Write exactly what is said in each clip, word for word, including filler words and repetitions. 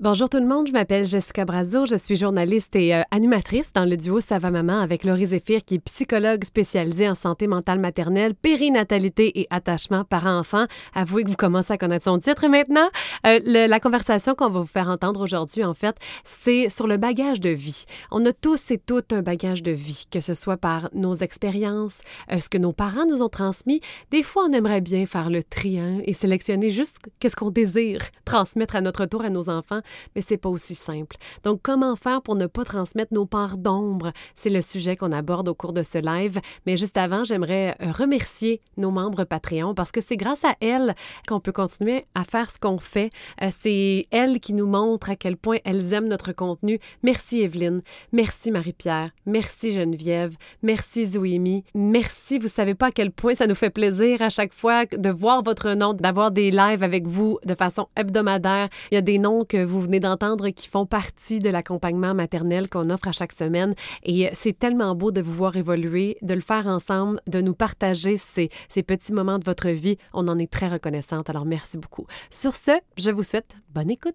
Bonjour tout le monde, je m'appelle Jessica Brazo, je suis journaliste et euh, animatrice dans le duo Ça va maman avec Laurie Zéphir qui est psychologue spécialisée en santé mentale maternelle, périnatalité et attachement parents-enfants. Avouez que vous commencez à connaître son titre maintenant. Euh, le, la conversation qu'on va vous faire entendre aujourd'hui, en fait, c'est sur le bagage de vie. On a tous et toutes un bagage de vie, que ce soit par nos expériences, euh, ce que nos parents nous ont transmis. Des fois, on aimerait bien faire le tri hein, et sélectionner juste qu'est-ce qu'on désire transmettre à notre tour à nos enfants. Mais c'est pas aussi simple. Donc, comment faire pour ne pas transmettre nos parts d'ombre? C'est le sujet qu'on aborde au cours de ce live. Mais juste avant, j'aimerais remercier nos membres Patreon parce que c'est grâce à elles qu'on peut continuer à faire ce qu'on fait. C'est elles qui nous montrent à quel point elles aiment notre contenu. Merci Evelyne, merci Marie-Pierre, merci Geneviève, merci Zoémie, merci. Vous savez pas à quel point ça nous fait plaisir à chaque fois de voir votre nom, d'avoir des lives avec vous de façon hebdomadaire. Il y a des noms que vous venez d'entendre qui font partie de l'accompagnement maternel qu'on offre à chaque semaine. Et c'est tellement beau de vous voir évoluer, de le faire ensemble, de nous partager ces, ces petits moments de votre vie. On en est très reconnaissante. Alors, merci beaucoup. Sur ce, je vous souhaite bonne écoute.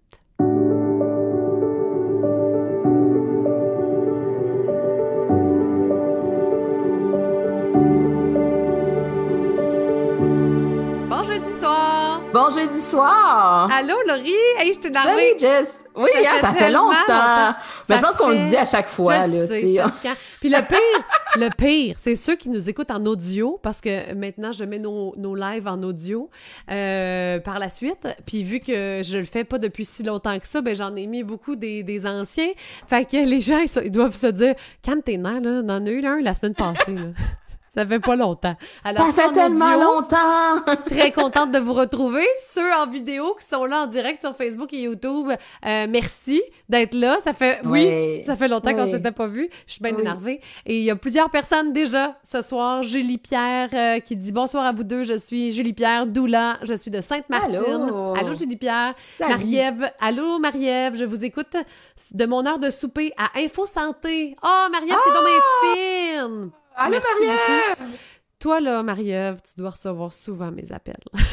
Bon jeudi soir! Bon jeudi soir! Allô, Laurie? Hey, je t'ai énervée! Salut, Jess! Oui, ça, hein, fait, ça fait longtemps! longtemps. Mais je pense fait... qu'on le dit à chaque fois. Je là, sais, c'est Puis le pire, le pire, c'est ceux qui nous écoutent en audio, parce que maintenant, je mets nos, nos lives en audio euh, par la suite. Puis vu que je le fais pas depuis si longtemps que ça, ben j'en ai mis beaucoup des, des anciens. Fait que les gens, ils, ils doivent se dire « Calme tes nerfs, là, on en a eu un la semaine passée. » là. Ça fait pas longtemps. Alors, ça fait tellement audio, longtemps! Très contente de vous retrouver. Ceux en vidéo qui sont là en direct sur Facebook et YouTube, euh, merci d'être là. Ça fait, oui, oui ça fait longtemps oui. qu'on s'était pas vus. Je suis bien oui. énervée. Et il y a plusieurs personnes déjà ce soir. Julie Pierre euh, qui dit bonsoir à vous deux. Je suis Julie Pierre Doula. Je suis de Sainte-Martine. Allô, allô Julie Pierre. Salut. Marie-Ève. Allô Marie-Ève. Je vous écoute de mon heure de souper à Info Santé. Oh, Marie-Ève, t'es donc bien fine! Allô, Marie-Ève! Toi, là, Marie-Ève, tu dois recevoir souvent mes appels.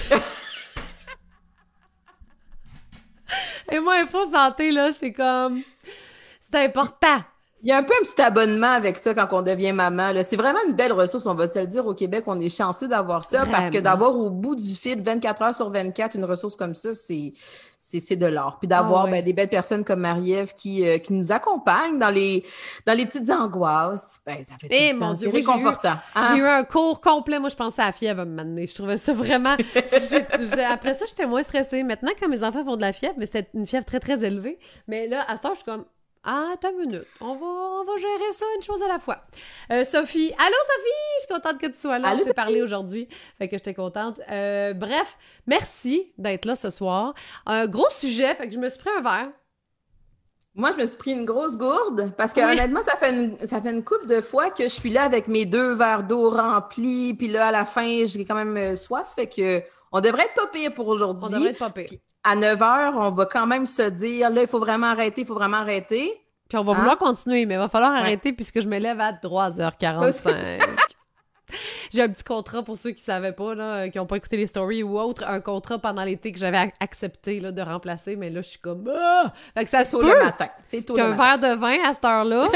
Et moi, Info Santé, là, c'est comme... C'est important. Il y a un peu un petit abonnement avec ça quand on devient maman. Là. C'est vraiment une belle ressource, on va se le dire. Au Québec, on est chanceux d'avoir ça vraiment. Parce que d'avoir au bout du fil vingt-quatre heures sur vingt-quatre une ressource comme ça, c'est, c'est, c'est de l'or. Puis d'avoir oh, oui. ben, des belles personnes comme Marie-Ève qui, euh, qui nous accompagnent dans les, dans les petites angoisses, ben, ça fait tout hey, le mon temps. Dieu, c'est réconfortant. J'ai eu, hein? j'ai eu un cours complet. Moi, je pensais à la fièvre à me m'amener. Je trouvais ça vraiment... j'ai, j'ai, après ça, j'étais moins stressée. Maintenant, quand mes enfants font de la fièvre, mais c'était une fièvre très, très élevée. Mais là, à ce temps, je suis comme... Ah, attends une minute. On va, on va gérer ça une chose à la fois. Euh, Sophie. Allô, Sophie! Je suis contente que tu sois là. Allô, on s'est parlé aujourd'hui. Fait que j'étais contente. Euh, bref, merci d'être là ce soir. Un gros sujet. Fait que je me suis pris un verre. Moi, je me suis pris une grosse gourde parce que oui. honnêtement, ça fait une, ça fait une couple de fois que je suis là avec mes deux verres d'eau remplis. Puis là, à la fin, j'ai quand même soif. Fait que on devrait être pas pire pour aujourd'hui. On devrait être pas pire. Puis, à neuf heures, on va quand même se dire, là, il faut vraiment arrêter, il faut vraiment arrêter. Puis on va hein? vouloir continuer, mais il va falloir ouais. arrêter puisque je me lève à trois heures quarante-cinq. J'ai un petit contrat pour ceux qui ne savaient pas, là, qui n'ont pas écouté les stories ou autre, un contrat pendant l'été que j'avais accepté là, de remplacer, mais là, je suis comme... Ah! Fait que ça se peut le matin. C'est tôt qu'un le matin. verre de vin à cette heure-là,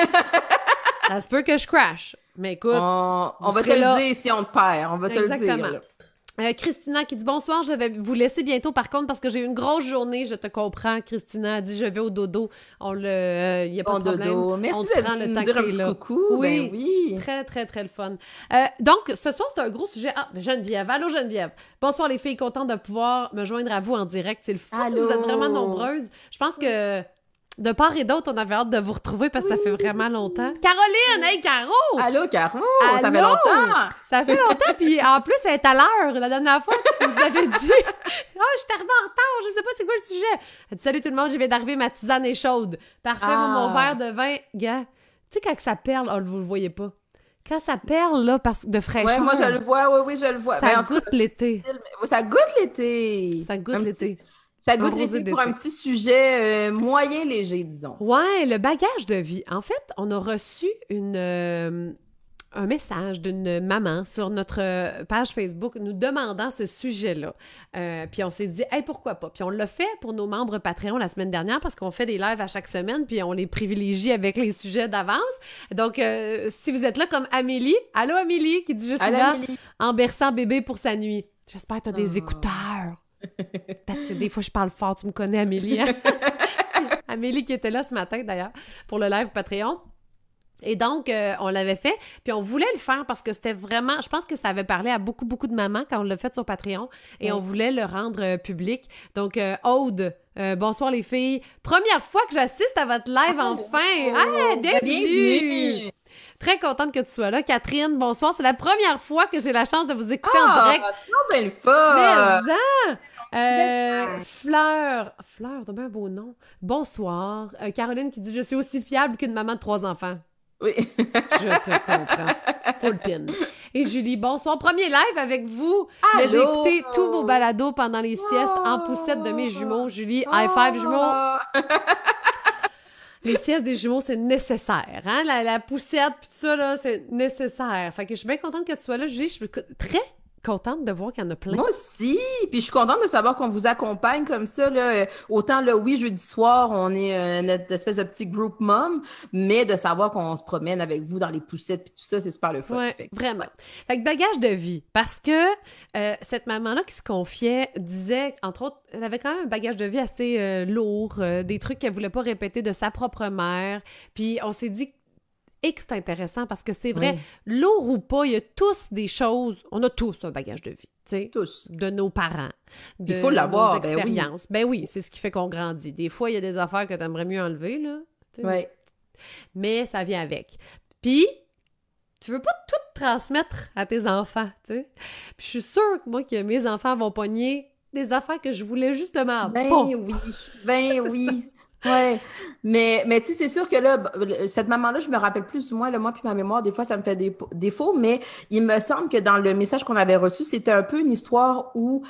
ça se peut que je crash. Mais écoute... On, on va te là. le dire si on te perd. On va Exactement. te le dire, là. Euh, Christina qui dit bonsoir, je vais vous laisser bientôt par contre parce que j'ai eu une grosse journée, je te comprends. Christina a dit je vais au dodo. On le, il euh, y a pas bon de problème. Dodo. Merci on de prend le nous temps dire un que petit là. coucou. Oui, ben oui, très très très le fun. Euh, donc ce soir c'est un gros sujet. Ah Geneviève, allô Geneviève. Bonsoir les filles, contente de pouvoir me joindre à vous en direct. C'est le fun. Allô. Vous êtes vraiment nombreuses. Je pense que de part et d'autre, on avait hâte de vous retrouver parce que ça fait vraiment longtemps. Caroline! Hey, Caro! Allô, Caro! Allô? Ça fait longtemps! Ça fait longtemps, puis en plus, elle est à l'heure. La dernière fois, tu nous avais dit « Ah, oh, je suis arrivée en retard, je sais pas c'est quoi le sujet. » Elle dit « Salut tout le monde, je viens d'arriver, ma tisane est chaude. » Parfait, ah. Mon verre de vin. Gars, tu sais quand ça perle, oh, vous le voyez pas. Quand ça perle, là, parce de fraîcheur. Ouais, moi, je le vois, oui, oui, je le vois. Ça ben, goûte cas, l'été. Ça goûte l'été. Ça goûte l'été. Petit... Ça goûte l'été pour un petit sujet euh, moyen léger, disons. Ouais, le bagage de vie. En fait, on a reçu une, euh, un message d'une maman sur notre page Facebook nous demandant ce sujet-là. Euh, puis on s'est dit, hey, pourquoi pas? Puis on l'a fait pour nos membres Patreon la semaine dernière parce qu'on fait des lives à chaque semaine puis on les privilégie avec les sujets d'avance. Donc, euh, si vous êtes là comme Amélie, allô Amélie, qui dit « Je suis là Amélie. En berçant bébé pour sa nuit ». J'espère que tu as des oh. écouteurs. Parce que des fois, je parle fort. Tu me connais, Amélie. Hein? Amélie qui était là ce matin, d'ailleurs, pour le live Patreon. Et donc, euh, on l'avait fait, puis on voulait le faire parce que c'était vraiment... Je pense que ça avait parlé à beaucoup, beaucoup de mamans quand on l'a fait sur Patreon, et oui. on voulait le rendre euh, public. Donc, euh, Aude, euh, bonsoir les filles. Première fois que j'assiste à votre live, oh, enfin! Oh, ah, bienvenue! bienvenue! Très contente que tu sois là. Catherine, bonsoir. C'est la première fois que j'ai la chance de vous écouter ah, en direct. Ah, c'est belle fois! Mais euh, Fleur, Fleur, t'as bien un beau nom. Bonsoir. Euh, Caroline qui dit « Je suis aussi fiable qu'une maman de trois enfants ». Oui. Je te comprends. Full pin. Et Julie, bonsoir. Premier live avec vous. Allô? Mais j'ai écouté tous vos balados pendant les siestes oh. en poussette de mes jumeaux. Julie, oh. high five jumeaux. Les siestes des jumeaux, c'est nécessaire. Hein? La, la poussette, puis tout ça, là, c'est nécessaire. Fait que je suis bien contente que tu sois là, Julie. Je suis très contente de voir qu'il y en a plein. Moi aussi! Puis je suis contente de savoir qu'on vous accompagne comme ça, là. Autant, là, oui, jeudi soir, on est euh, notre espèce de petit group mom, mais de savoir qu'on se promène avec vous dans les poussettes puis tout ça, c'est super le fun. Ouais, fait. vraiment. Fait que bagage de vie, parce que euh, cette maman-là qui se confiait disait, entre autres, elle avait quand même un bagage de vie assez euh, lourd, euh, des trucs qu'elle voulait pas répéter de sa propre mère, puis on s'est dit et que c'est intéressant parce que c'est vrai, oui. lourd ou pas, il y a tous des choses, on a tous un bagage de vie, tu sais, tous, de nos parents, de il faut l'avoir, nos expériences. Ben oui, ben oui c'est ce qui fait qu'on grandit. Des fois, il y a des affaires que tu aimerais mieux enlever, là. Oui. Mais ça vient avec. Puis, tu veux pas tout transmettre à tes enfants, tu sais. Puis je suis sûre, moi, que mes enfants vont pogner des affaires que je voulais justement ben pas. oui, ben oui. Ouais, mais mais tu sais, c'est sûr que là, cette maman-là, je me rappelle plus ou moins, là, moi puis ma mémoire, des fois, ça me fait des défaut, mais il me semble que dans le message qu'on avait reçu, c'était un peu une histoire où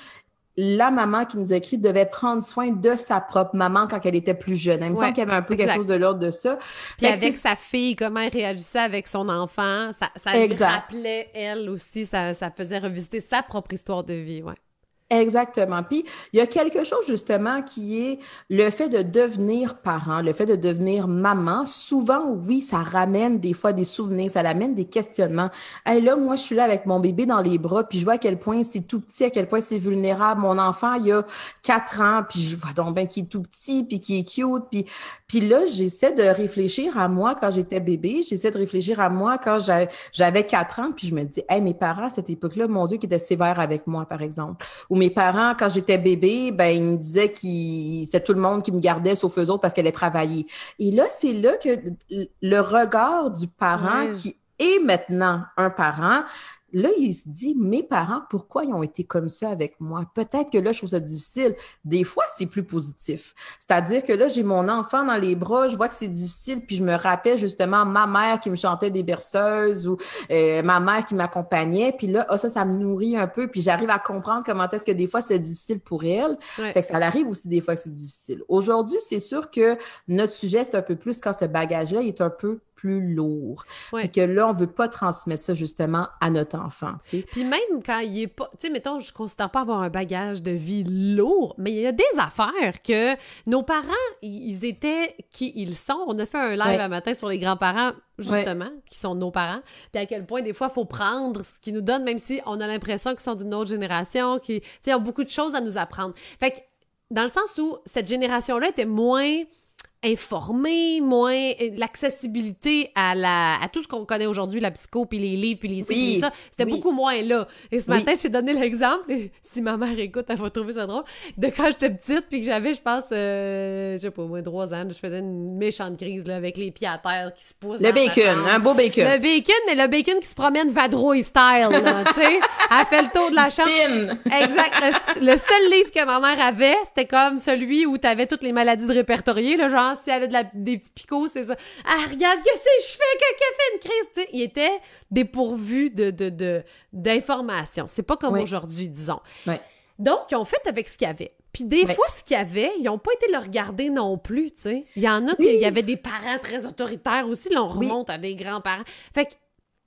la maman qui nous a écrit devait prendre soin de sa propre maman quand elle était plus jeune. Il me ouais, semble qu'il y avait un peu exact. quelque chose de l'ordre de ça. Puis fait avec sa fille, comment elle réagissait avec son enfant, ça, ça lui rappelait, elle aussi, ça, ça faisait revisiter sa propre histoire de vie, ouais. Exactement. Puis, il y a quelque chose, justement, qui est le fait de devenir parent, le fait de devenir maman. Souvent, oui, ça ramène des fois des souvenirs, ça ramène des questionnements. Hey, là, moi, je suis là avec mon bébé dans les bras, puis je vois à quel point c'est tout petit, à quel point c'est vulnérable. Mon enfant, il a quatre ans, puis je vois donc bien qu'il est tout petit, puis qu'il est cute. Puis, puis là, j'essaie de réfléchir à moi quand j'étais bébé. J'essaie de réfléchir à moi quand j'avais quatre ans, puis je me dis, hey, mes parents, à cette époque-là, mon Dieu, qui étaient sévères avec moi, par exemple. Ou mes parents, quand j'étais bébé, ben ils me disaient que c'était tout le monde qui me gardait sauf eux autres parce qu'elle allait travailler. Et là, c'est là que le regard du parent ouais. qui est maintenant un parent, là, il se dit, mes parents, pourquoi ils ont été comme ça avec moi? Peut-être que là, je trouve ça difficile. Des fois, c'est plus positif. C'est-à-dire que là, j'ai mon enfant dans les bras, je vois que c'est difficile, puis je me rappelle justement ma mère qui me chantait des berceuses ou euh, ma mère qui m'accompagnait, puis là, oh, ça, ça me nourrit un peu, puis j'arrive à comprendre comment est-ce que des fois, c'est difficile pour elle. Ouais. Fait que ça arrive aussi des fois que c'est difficile. Aujourd'hui, c'est sûr que notre sujet, c'est un peu plus quand ce bagage-là il est un peu plus lourd. Ouais. Et que là, on veut pas transmettre ça, justement, à notre enfant, tu sais. Puis même quand il est pas... Tu sais, mettons, je considère pas avoir un bagage de vie lourd, mais il y a des affaires que nos parents, ils étaient qui ils sont. On a fait un live ouais. un matin sur les grands-parents, justement, ouais. qui sont nos parents, puis à quel point, des fois, il faut prendre ce qu'ils nous donnent, même si on a l'impression qu'ils sont d'une autre génération, qui, tu sais, ont beaucoup de choses à nous apprendre. Fait que, dans le sens où cette génération-là était moins... informé, moins l'accessibilité à la à tout ce qu'on connaît aujourd'hui, la psycho, puis les livres, puis les sites, oui, ça, c'était oui. beaucoup moins là. Et ce matin, oui. je t'ai donné l'exemple, et si ma mère écoute, elle va trouver ça drôle, de quand j'étais petite, puis que j'avais, je pense, euh, je sais pas, moins trois ans, je faisais une méchante crise, là, avec les pieds à terre qui se poussent. Le bacon, un beau bacon. Le bacon, mais le bacon qui se promène vadrouille style, là, tu sais. Elle fait le tour de la chambre. Spin. Exact. Le, le seul livre que ma mère avait, c'était comme celui où t'avais toutes les maladies de répertoriées, là, genre, s'il y avait de la, des petits picots, c'est ça. Ah, regarde, qu'est-ce que je fais? Quelqu'un fait une crise, tu sais. Il était dépourvu de, de, de, d'informations. C'est pas comme oui. aujourd'hui, disons. Oui. Donc, ils ont fait avec ce qu'il y avait. Puis des oui. fois, ce qu'il y avait, ils n'ont pas été le regarder non plus, tu sais. Il y en a oui. qui, il y avait des parents très autoritaires aussi. Là, on remonte oui. à des grands-parents. Fait que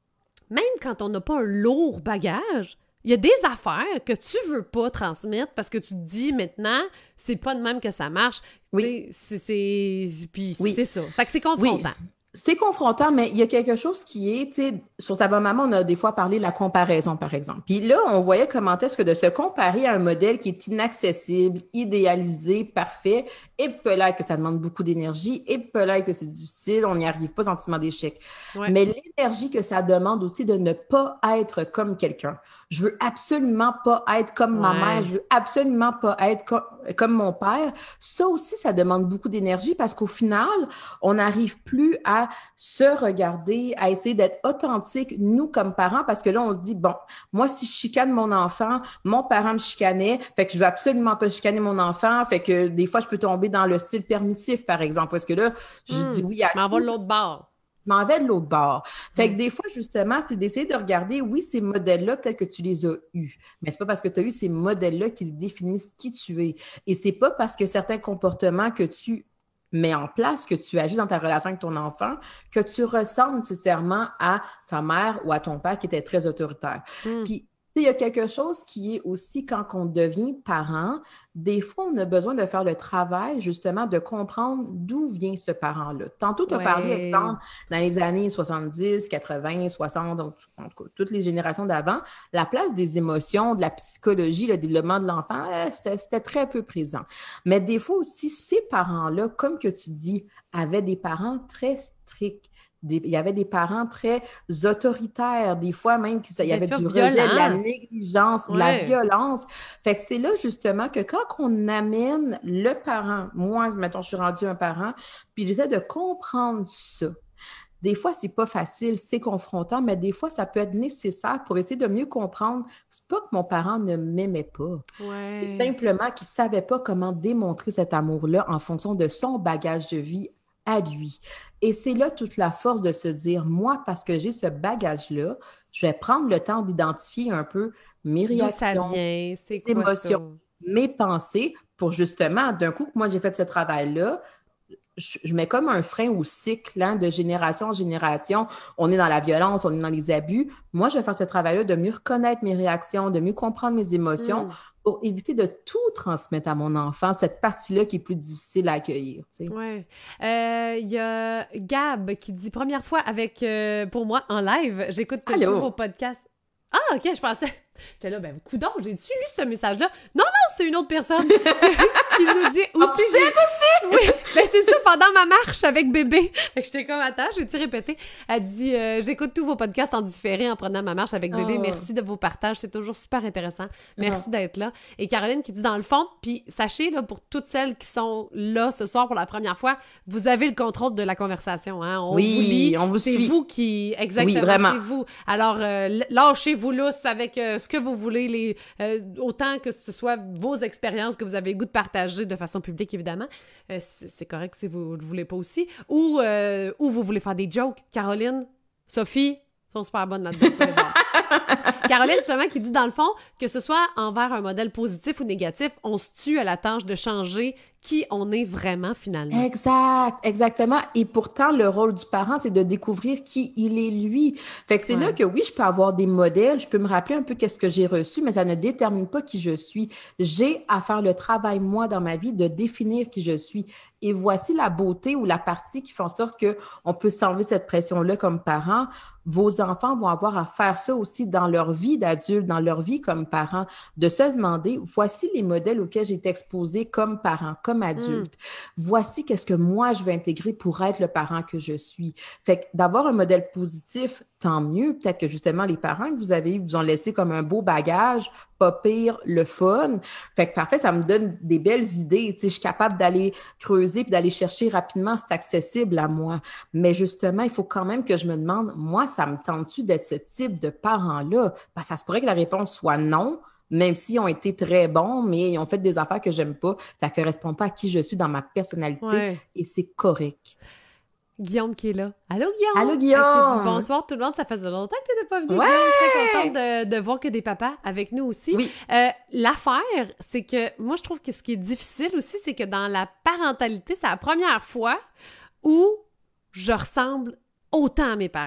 même quand on n'a pas un lourd bagage, il y a des affaires que tu veux pas transmettre parce que tu te dis maintenant, c'est pas de même que ça marche. Oui. C'est, c'est... Puis oui. c'est ça. Ça que c'est confrontant. Oui. C'est confrontant, mais il y a quelque chose qui est, tu sais, sur Ça va maman, on a des fois parlé de la comparaison, par exemple. Puis là, on voyait comment est-ce que de se comparer à un modèle qui est inaccessible, idéalisé, parfait, et peut-être que ça demande beaucoup d'énergie, et peut-être que c'est difficile, on n'y arrive pas, sentiment d'échec. Ouais. Mais l'énergie que ça demande aussi de ne pas être comme quelqu'un. Je veux absolument pas être comme ouais. ma mère, je veux absolument pas être co- comme mon père. Ça aussi, ça demande beaucoup d'énergie parce qu'au final, on n'arrive plus à se regarder, à essayer d'être authentique, nous, comme parents, parce que là, on se dit, bon, moi, si je chicane mon enfant, mon parent me chicanait, fait que je veux absolument pas chicaner mon enfant, fait que des fois, je peux tomber dans le style permissif, par exemple, parce que là, je mmh, dis oui à... m'en va de l'autre bord. m'en vais de l'autre bord. Fait que mmh. des fois, justement, c'est d'essayer de regarder, oui, ces modèles-là, peut-être que tu les as eus, mais c'est pas parce que tu as eu ces modèles-là qui définissent qui tu es. Et c'est pas parce que certains comportements que tu mets en place, que tu agis dans ta relation avec ton enfant, que tu ressembles nécessairement à ta mère ou à ton père qui était très autoritaire. Mmh. Puis, il y a quelque chose qui est aussi quand on devient parent, des fois, on a besoin de faire le travail, justement, de comprendre d'où vient ce parent-là. Tantôt, tu as ouais. parlé, exemple, dans les années soixante-dix, quatre-vingts, soixante, donc, en tout cas, toutes les générations d'avant, la place des émotions, de la psychologie, le développement de l'enfant, c'était, c'était très peu présent. Mais des fois aussi, ces parents-là, comme que tu dis, avaient des parents très stricts. Des, il y avait des parents très autoritaires, des fois même qu'il y avait du rejet, de la négligence, ouais. de la violence. Fait que c'est là justement que quand on amène le parent, moi, mettons, je suis rendue un parent, puis j'essaie de comprendre ça. Des fois, c'est pas facile, c'est confrontant, mais des fois, ça peut être nécessaire pour essayer de mieux comprendre. C'est pas que mon parent ne m'aimait pas. Ouais. C'est simplement qu'il savait pas comment démontrer cet amour-là en fonction de son bagage de vie à lui. Et c'est là toute la force de se dire, moi, parce que j'ai ce bagage-là, je vais prendre le temps d'identifier un peu mes réactions, mes émotions, mes pensées, pour justement, d'un coup que moi, j'ai fait ce travail-là, je, je mets comme un frein au cycle hein, de génération en génération. On est dans la violence, on est dans les abus. Moi, je vais faire ce travail-là de mieux reconnaître mes réactions, de mieux comprendre mes émotions, mm. pour éviter de tout transmettre à mon enfant, cette partie-là qui est plus difficile à accueillir. Tu sais. Oui. Il euh, y a Gab qui dit « Première fois avec, euh, pour moi, en live, j'écoute tous vos podcasts. » Ah, OK, je pensais... J'étais là, ben, coudonc, j'ai-tu lu ce message-là? Non, non, c'est une autre personne qui, qui nous dit aussi. Oh, c'est aussi! Oui, ben c'est ça, pendant ma marche avec bébé. Fait que j'étais comme, attends, j'ai-tu répété? Elle dit, euh, j'écoute tous vos podcasts en différé en prenant ma marche avec bébé. Oh. Merci de vos partages, c'est toujours super intéressant. Merci oh. d'être là. Et Caroline qui dit, dans le fond, puis sachez, là, pour toutes celles qui sont là ce soir pour la première fois, vous avez le contrôle de la conversation, hein? On oui, vous lit, on vous c'est suit. C'est vous qui, exactement, oui, vraiment. c'est vous. Alors, euh, lâchez-vous lousse avec euh, ce que vous voulez, les, euh, autant que ce soit vos expériences que vous avez le goût de partager de façon publique, évidemment. Euh, c'est, c'est correct si vous ne le voulez pas aussi. Ou, euh, ou vous voulez faire des jokes. Caroline, Sophie, sont super bonnes là-dedans. Vous allez voir. Caroline, justement, qui dit, dans le fond, que ce soit envers un modèle positif ou négatif, on se tue à la tâche de changer qui on est vraiment, finalement. Exact, exactement. Et pourtant, le rôle du parent, c'est de découvrir qui il est lui. Fait que c'est ouais. là que, oui, je peux avoir des modèles, je peux me rappeler un peu qu'est-ce que j'ai reçu, mais ça ne détermine pas qui je suis. J'ai à faire le travail, moi, dans ma vie, de définir qui je suis. Et voici la beauté ou la partie qui fait en sorte qu'on peut s'enlever cette pression-là comme parent. Vos enfants vont avoir à faire ça aussi dans leur vie d'adulte, dans leur vie comme parent, de se demander, voici les modèles auxquels j'ai été exposée comme parent, comme adulte. Mm. Voici qu'est-ce que moi, je veux intégrer pour être le parent que je suis. Fait que d'avoir un modèle positif, tant mieux. Peut-être que justement, les parents que vous avez vous ont laissé comme un beau bagage, pas pire, le fun. Fait que parfait, ça me donne des belles idées. Tu sais, je suis capable d'aller creuser puis d'aller chercher rapidement, c'est accessible à moi. Mais justement, il faut quand même que je me demande, moi, ça me tente-tu d'être ce type de parent-là? Ben, ça se pourrait que la réponse soit non, même s'ils ont été très bons, mais ils ont fait des affaires que j'aime pas. Ça ne correspond pas à qui je suis dans ma personnalité ouais. et c'est correct. Guillaume qui est là. Allô, Guillaume! Allô, Guillaume! Dit, bonsoir tout le monde, ça faisait longtemps que tu n'étais pas venu. Ouais! Je suis très contente de, de voir que des papas avec nous aussi. Oui. Euh, l'affaire, c'est que moi, je trouve que ce qui est difficile aussi, c'est que dans la parentalité, c'est la première fois où je ressemble autant à mes parents.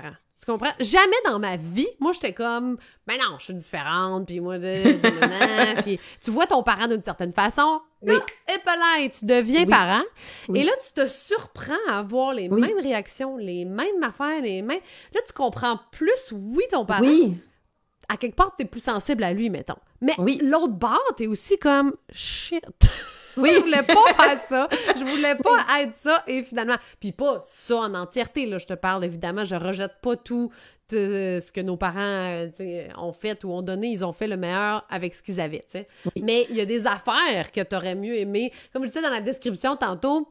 Tu comprends? Jamais dans ma vie, moi, j'étais comme, ben non, je suis différente, puis moi, de, puis tu vois ton parent d'une certaine façon, oui. Et là, tu deviens oui. parent, oui. et là, tu te surprends à avoir les oui. mêmes réactions, les mêmes affaires, les mêmes... Là, tu comprends plus, oui, ton parent... Oui. À quelque part, t'es plus sensible à lui, mettons. Mais oui. l'autre bord, t'es aussi comme, shit... Oui, je voulais pas faire ça. Je voulais pas oui. être ça. Et finalement, puis pas ça en entièreté, là, je te parle, évidemment, je rejette pas tout euh, ce que nos parents euh, ont fait ou ont donné. Ils ont fait le meilleur avec ce qu'ils avaient, tu sais. Oui. Mais il y a des affaires que t'aurais mieux aimé. Comme je disais dans la description tantôt,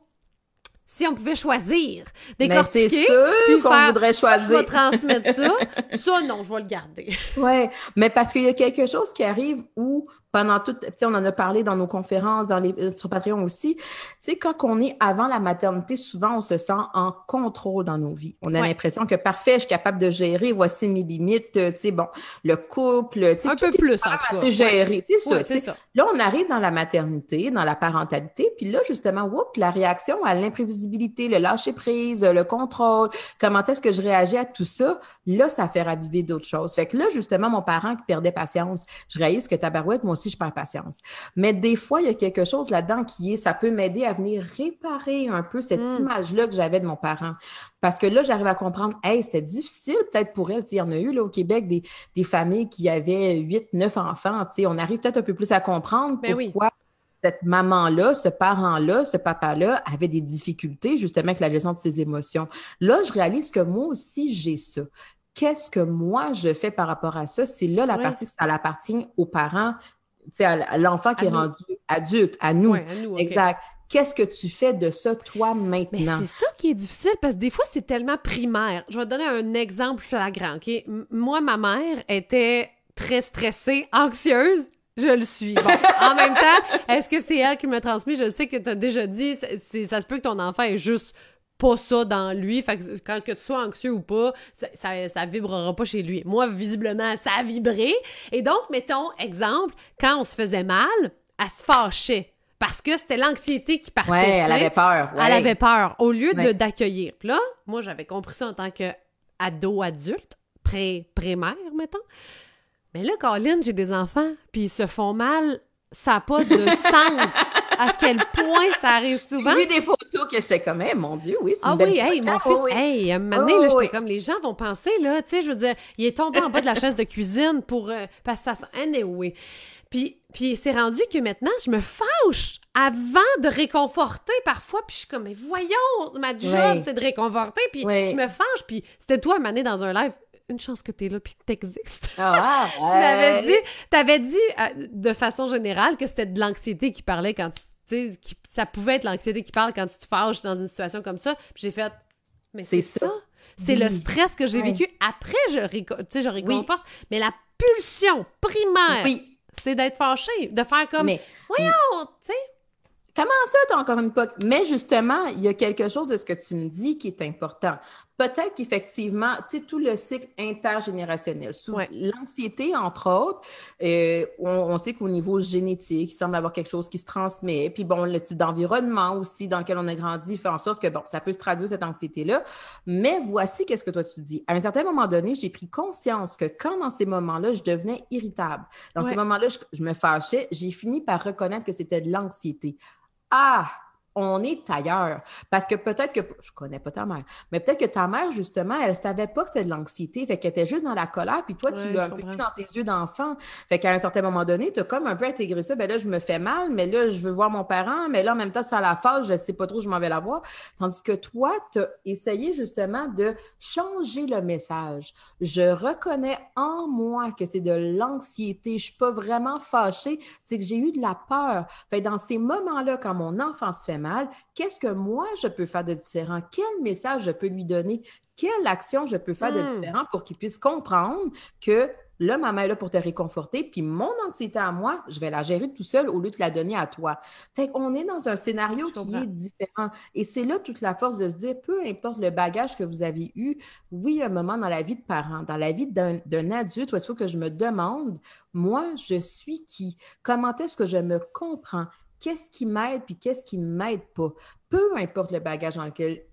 si on pouvait choisir, décortiquer, c'est sûr qu'on faire, voudrait choisir. Ça, je vais transmettre ça. Ça, non, je vais le garder. Oui, mais parce qu'il y a quelque chose qui arrive où pendant tout, tu sais, on en a parlé dans nos conférences, dans les, sur Patreon aussi. Tu sais, quand on est avant la maternité, souvent, on se sent en contrôle dans nos vies. On a ouais. l'impression que, parfait, je suis capable de gérer, voici mes limites, tu sais, bon, le couple, tu sais, un tout peu est plus, en tout cas. Géré, ouais. c'est ça, ouais, c'est ça. Là, on arrive dans la maternité, dans la parentalité, puis là, justement, whoop, la réaction à l'imprévisibilité, le lâcher-prise, le contrôle, comment est-ce que je réagis à tout ça, là, ça fait raviver d'autres choses. Fait que là, justement, mon parent qui perdait patience, je réalise que tabarouette, moi aussi, je perds patience. Mais des fois, il y a quelque chose là-dedans qui est, ça peut m'aider à venir réparer un peu cette mmh. image-là que j'avais de mon parent. Parce que là, j'arrive à comprendre, hey, c'était difficile peut-être pour elle. Il y en a eu là au Québec des, des familles qui avaient huit, neuf enfants. T'sais. On arrive peut-être un peu plus à comprendre ben pourquoi oui. cette maman-là, ce parent-là, ce papa-là avait des difficultés justement avec la gestion de ses émotions. Là, je réalise que moi aussi, j'ai ça. Qu'est-ce que moi, je fais par rapport à ça? C'est là la oui. partie que ça appartient aux parents. C'est à l'enfant qui à est nous. rendu adulte, à nous. Ouais, à nous okay. Exact. Qu'est-ce que tu fais de ça, toi, maintenant? Mais c'est ça qui est difficile, parce que des fois, c'est tellement primaire. Je vais te donner un exemple flagrant, OK? M- moi, ma mère était très stressée, anxieuse. Je le suis. Bon, en même temps, est-ce que c'est elle qui me l'a transmis? Je sais que tu as déjà dit, c'est, c'est, ça se peut que ton enfant est juste pas ça dans lui, fait que quand que tu sois anxieux ou pas, ça, ça, ça vibrera pas chez lui. Moi, visiblement, ça a vibré. Et donc, mettons, exemple, quand on se faisait mal, elle se fâchait. Parce que c'était l'anxiété qui partait. Ouais, elle avait peur. Ouais. Elle avait peur, au lieu de, ouais. d'accueillir. Puis là, moi, j'avais compris ça en tant qu'ado-adulte, pré, pré-mère, mettons. Mais là, Colin, j'ai des enfants, puis ils se font mal, ça n'a pas de sens. À quel point ça arrive souvent. J'ai vu des photos que j'étais comme, hey, mon Dieu, oui, c'est une ah belle oui, hey, mon fils, oh, oui. hey, à un moment donné, oh, là, j'étais oui. comme, les gens vont penser, là, tu sais, je veux dire, il est tombé en bas de la chaise de cuisine pour, euh, parce que ça sent, anyway. Puis, puis c'est rendu que maintenant, je me fâche avant de réconforter parfois, puis je suis comme, mais voyons, ma job, oui. c'est de réconforter, puis oui. je me fâche, puis c'était toi, un moment donné, dans un live, une chance que t'es là puis que t'existes. Ah, ouais. Tu m'avais dit, t'avais dit euh, de façon générale que c'était de l'anxiété qui parlait quand tu, tu sais, qui, ça pouvait être l'anxiété qui parle quand tu te fâches dans une situation comme ça. Puis j'ai fait, mais c'est, c'est ça. ça. C'est oui. le stress que j'ai ouais. vécu. Après, je, réco- tu sais, je réconforte, oui. mais la pulsion primaire, oui. c'est d'être fâché, de faire comme, mais, voyons, tu sais. Comment ça, t'as encore une poque? Mais justement, il y a quelque chose de ce que tu me dis qui est important. Peut-être qu'effectivement, tu sais, tout le cycle intergénérationnel, sous ouais. l'anxiété, entre autres, euh, on, on sait qu'au niveau génétique, il semble avoir quelque chose qui se transmet. Puis bon, le type d'environnement aussi dans lequel on a grandi fait en sorte que, bon, ça peut se traduire, cette anxiété-là. Mais voici qu'est-ce que toi, tu dis. À un certain moment donné, j'ai pris conscience que quand, dans ces moments-là, je devenais irritable, dans ouais. ces moments-là, je, je me fâchais, j'ai fini par reconnaître que c'était de l'anxiété. Ah! On est ailleurs. Parce que peut-être que, je connais pas ta mère, mais peut-être que ta mère, justement, elle savait pas que c'était de l'anxiété, fait qu'elle était juste dans la colère, puis toi, tu ouais, l'as un peu vu dans tes yeux d'enfant. Fait qu'à un certain moment donné, tu as comme un peu intégré ça, ben là, je me fais mal, mais là, je veux voir mon parent, mais là, en même temps, ça la fâche, je sais pas trop, je m'en vais la voir. Tandis que toi, tu as essayé, justement, de changer le message. Je reconnais en moi que c'est de l'anxiété, je suis pas vraiment fâchée, c'est que j'ai eu de la peur. Fait que dans ces moments-là, quand mon enfant se fait mal, qu'est-ce que moi, je peux faire de différent? Quel message je peux lui donner? Quelle action je peux faire mmh. de différent pour qu'il puisse comprendre que là, maman est là pour te réconforter, puis mon anxiété à moi, je vais la gérer tout seul au lieu de la donner à toi. Fait qu'on est dans un scénario je qui comprends. Est différent. Et c'est là toute la force de se dire, peu importe le bagage que vous avez eu, oui, il y a un moment dans la vie de parent, dans la vie d'un, d'un adulte où il faut que je me demande, moi, je suis qui? Comment est-ce que je me comprends? Qu'est-ce qui m'aide puis qu'est-ce qui ne m'aide pas? Peu importe le bagage dans lequel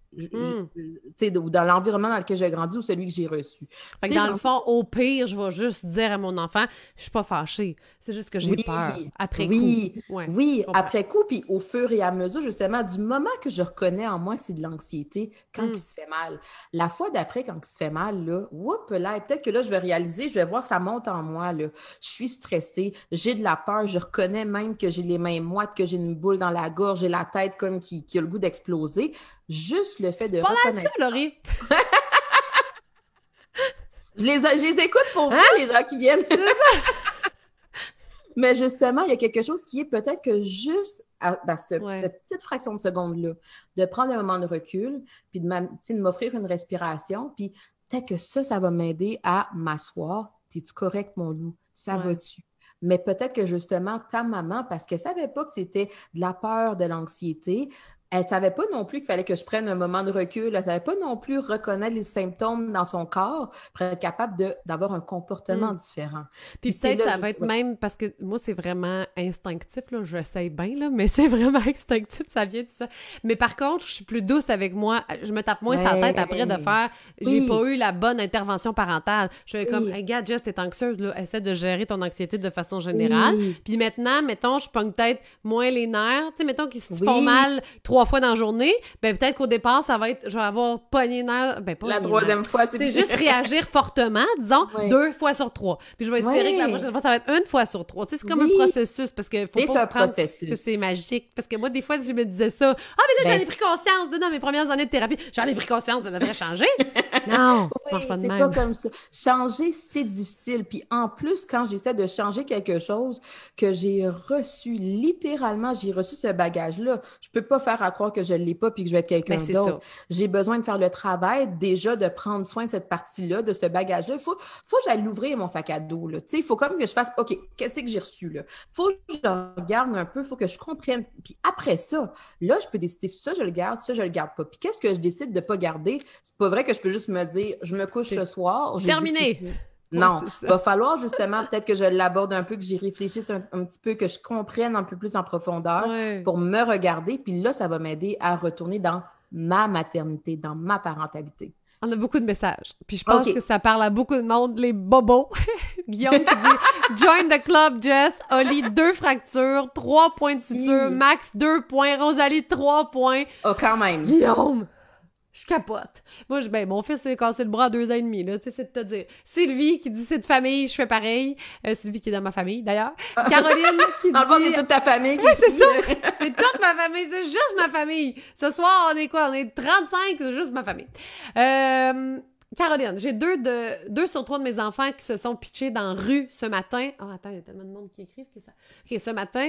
mm. ou dans l'environnement dans lequel j'ai grandi ou celui que j'ai reçu. Fait que dans le fond, au pire, je vais juste dire à mon enfant, je suis pas fâchée. C'est juste que j'ai oui, peur après oui, coup. Ouais, oui, après coup, puis au fur et à mesure, justement, du moment que je reconnais en moi que c'est de l'anxiété quand mm. il se fait mal. La fois d'après, quand il se fait mal, là, whoop, là, et peut-être que là, je vais réaliser, je vais voir que ça monte en moi, là. Je suis stressée, j'ai de la peur, je reconnais même que j'ai les mains moites, que j'ai une boule dans la gorge, j'ai la tête comme qui, qui a le goût d'exploser. Juste le fait de pas reconnaître... Pas mal ça, Laurie! je, les, je les écoute pour hein? vous, les gens qui viennent. C'est ça! Mais justement, il y a quelque chose qui est peut-être que juste dans ce, ouais. cette petite fraction de seconde-là, de prendre un moment de recul, puis de, de m'offrir une respiration, puis peut-être que ça, ça va m'aider à m'asseoir. T'es-tu correct, mon loup? Ça ouais. va-tu? Mais peut-être que justement, ta maman, parce qu'elle ne savait pas que c'était de la peur, de l'anxiété, elle ne savait pas non plus qu'il fallait que je prenne un moment de recul. Elle ne savait pas non plus reconnaître les symptômes dans son corps pour être capable de, d'avoir un comportement mmh. différent. Puis, Puis peut-être ça va être même, parce que moi, c'est vraiment instinctif, là, je sais bien, là, mais c'est vraiment instinctif, ça vient de ça. Mais par contre, je suis plus douce avec moi. Je me tape moins ouais. sur la tête après de faire « j'ai oui. pas eu la bonne intervention parentale ». Je fais oui. comme hey, « gars, Jess, t'es anxieuse, là, essaie de gérer ton anxiété de façon générale. Oui. » Puis maintenant, mettons, je pogne peut-être moins les nerfs. Tu sais, mettons qu'ils se oui. font mal trois fois dans la journée, ben peut-être qu'au départ, ça va être, je vais avoir pogné nerf, ben pas la troisième nerfs. fois, c'est C'est juste réagir fortement, disons, oui. deux fois sur trois. Puis je vais espérer oui. que la prochaine fois, ça va être une fois sur trois. Tu sais, c'est comme oui. un processus, parce que faut c'est pas un prendre processus. que c'est magique. Parce que moi, des fois, je me disais ça, ah, mais là, ben, j'en ai pris conscience, dans mes premières années de thérapie, j'en ai pris conscience, ça devrait changer. Non, oui, pas c'est pas comme ça. Changer, c'est difficile. Puis en plus, quand j'essaie de changer quelque chose que j'ai reçu, littéralement, j'ai reçu ce bagage-là, je peux pas faire à croire que je l'ai pas puis que je vais être quelqu'un ben, d'autre. Ça. J'ai besoin de faire le travail, déjà, de prendre soin de cette partie-là, de ce bagage-là. Il faut, faut que j'aille l'ouvrir, mon sac à dos. Il faut comme que je fasse, OK, qu'est-ce que j'ai reçu là? Il faut que je regarde un peu, il faut que je comprenne. Puis après ça, là, je peux décider ça, je le garde, ça, je le garde pas. Puis qu'est-ce que je décide de pas garder? C'est pas vrai que je peux juste me dire, je me couche c'est ce soir. Terminé! Non, il va falloir justement peut-être que je l'aborde un peu, que j'y réfléchisse un, un petit peu, que je comprenne un peu plus en profondeur ouais. pour me regarder. Puis là, ça va m'aider à retourner dans ma maternité, dans ma parentalité. On a beaucoup de messages. Puis je pense okay. que ça parle à beaucoup de monde, les bobos. Guillaume qui dit « Join the club, Jess. Oli, deux fractures, trois points de suture. Oui. Max, deux points. Rosalie, trois points. » Oh, quand même. Guillaume! Je capote. Moi, je, ben, mon fils s'est cassé le bras à deux ans et demi, là. Tu sais, c'est de te dire. Sylvie qui dit c'est de famille, je fais pareil. Euh, Sylvie qui est dans ma famille, d'ailleurs. Caroline qui dit. En fait, c'est toute ta famille qui oui, c'est ça. C'est toute ma famille. C'est juste ma famille. Ce soir, on est quoi? On est trente-cinq, c'est juste ma famille. Euh, Caroline, j'ai deux de, deux sur trois de mes enfants qui se sont pitchés dans la rue ce matin. Oh, attends, il y a tellement de monde qui écrivent que ça. OK, ce matin.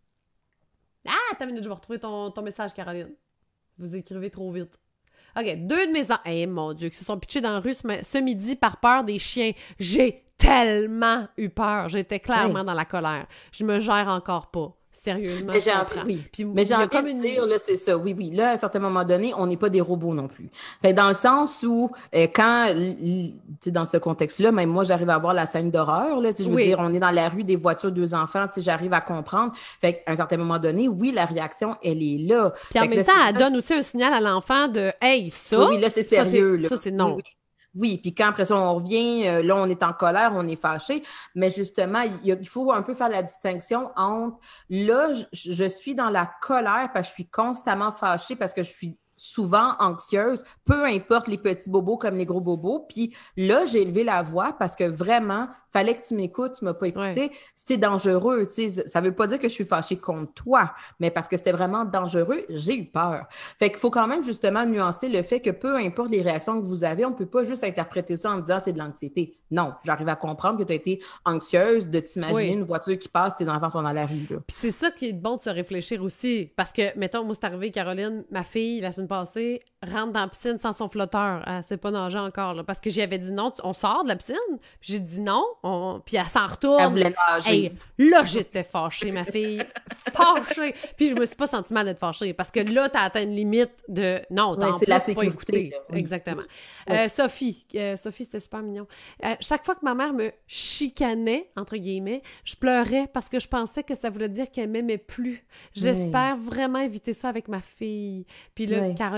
Ah, attends une minute, je vais retrouver ton, ton message, Caroline. Vous écrivez trop vite. OK, deux de mes enfants, eh mon Dieu, qui se sont pitchés dans la rue ce, ce midi par peur des chiens. J'ai tellement eu peur. J'étais clairement oui. dans la colère. Je me gère encore pas. Sérieusement, mais j'ai envie, oui. Puis, mais j'ai envie de une... dire, là, c'est ça, oui, oui. Là, à un certain moment donné, on n'est pas des robots non plus. Fait dans le sens où, euh, quand, tu sais, dans ce contexte-là, même moi, j'arrive à voir la scène d'horreur, là, tu sais, je veux oui. dire, on est dans la rue, des voitures, deux enfants, tu sais, j'arrive à comprendre. Fait qu'à un certain moment donné, oui, la réaction, elle est là. Puis en fait même là, temps, elle donne aussi un signal à l'enfant de, hey, ça. Oui, oui là, c'est sérieux, ça, c'est, là. Ça, c'est non. Oui, oui. Oui, puis quand après ça, on revient, euh, là, on est en colère, on est fâché, mais justement, il, y a, il faut un peu faire la distinction entre, là, je, je suis dans la colère parce que je suis constamment fâchée, parce que je suis souvent anxieuse, peu importe les petits bobos comme les gros bobos, puis là, j'ai élevé la voix parce que vraiment, fallait que tu m'écoutes, tu m'as pas écouté, ouais. c'est dangereux, tu sais, ça veut pas dire que je suis fâchée contre toi, mais parce que c'était vraiment dangereux, j'ai eu peur. Fait qu'il faut quand même justement nuancer le fait que peu importe les réactions que vous avez, on peut pas juste interpréter ça en disant c'est de l'anxiété. Non, j'arrive à comprendre que tu as été anxieuse de t'imaginer oui. une voiture qui passe, tes enfants sont dans la rue, là. Puis c'est ça qui est bon de se réfléchir aussi, parce que, mettons, moi, c'est arrivé, Caroline, ma fille, la semaine passée, rentre dans la piscine sans son flotteur. Elle sait pas nager encore, là, parce que j'y avais dit non, on sort de la piscine, puis j'ai dit non, on... puis elle s'en retourne. Elle voulait nager. Hey, là, j'étais fâchée, ma fille. Fâchée! Puis je me suis pas sentie mal d'être fâchée, parce que là, t'as atteint une limite de non, t'en ouais, c'est la sécurité. Pas oui. Exactement. Oui. Euh, Sophie, euh, Sophie, c'était super mignon. Euh, chaque fois que ma mère me chicanait, entre guillemets, je pleurais parce que je pensais que ça voulait dire qu'elle m'aimait plus. J'espère oui. vraiment éviter ça avec ma fille. Puis là, oui. Caroline qui dit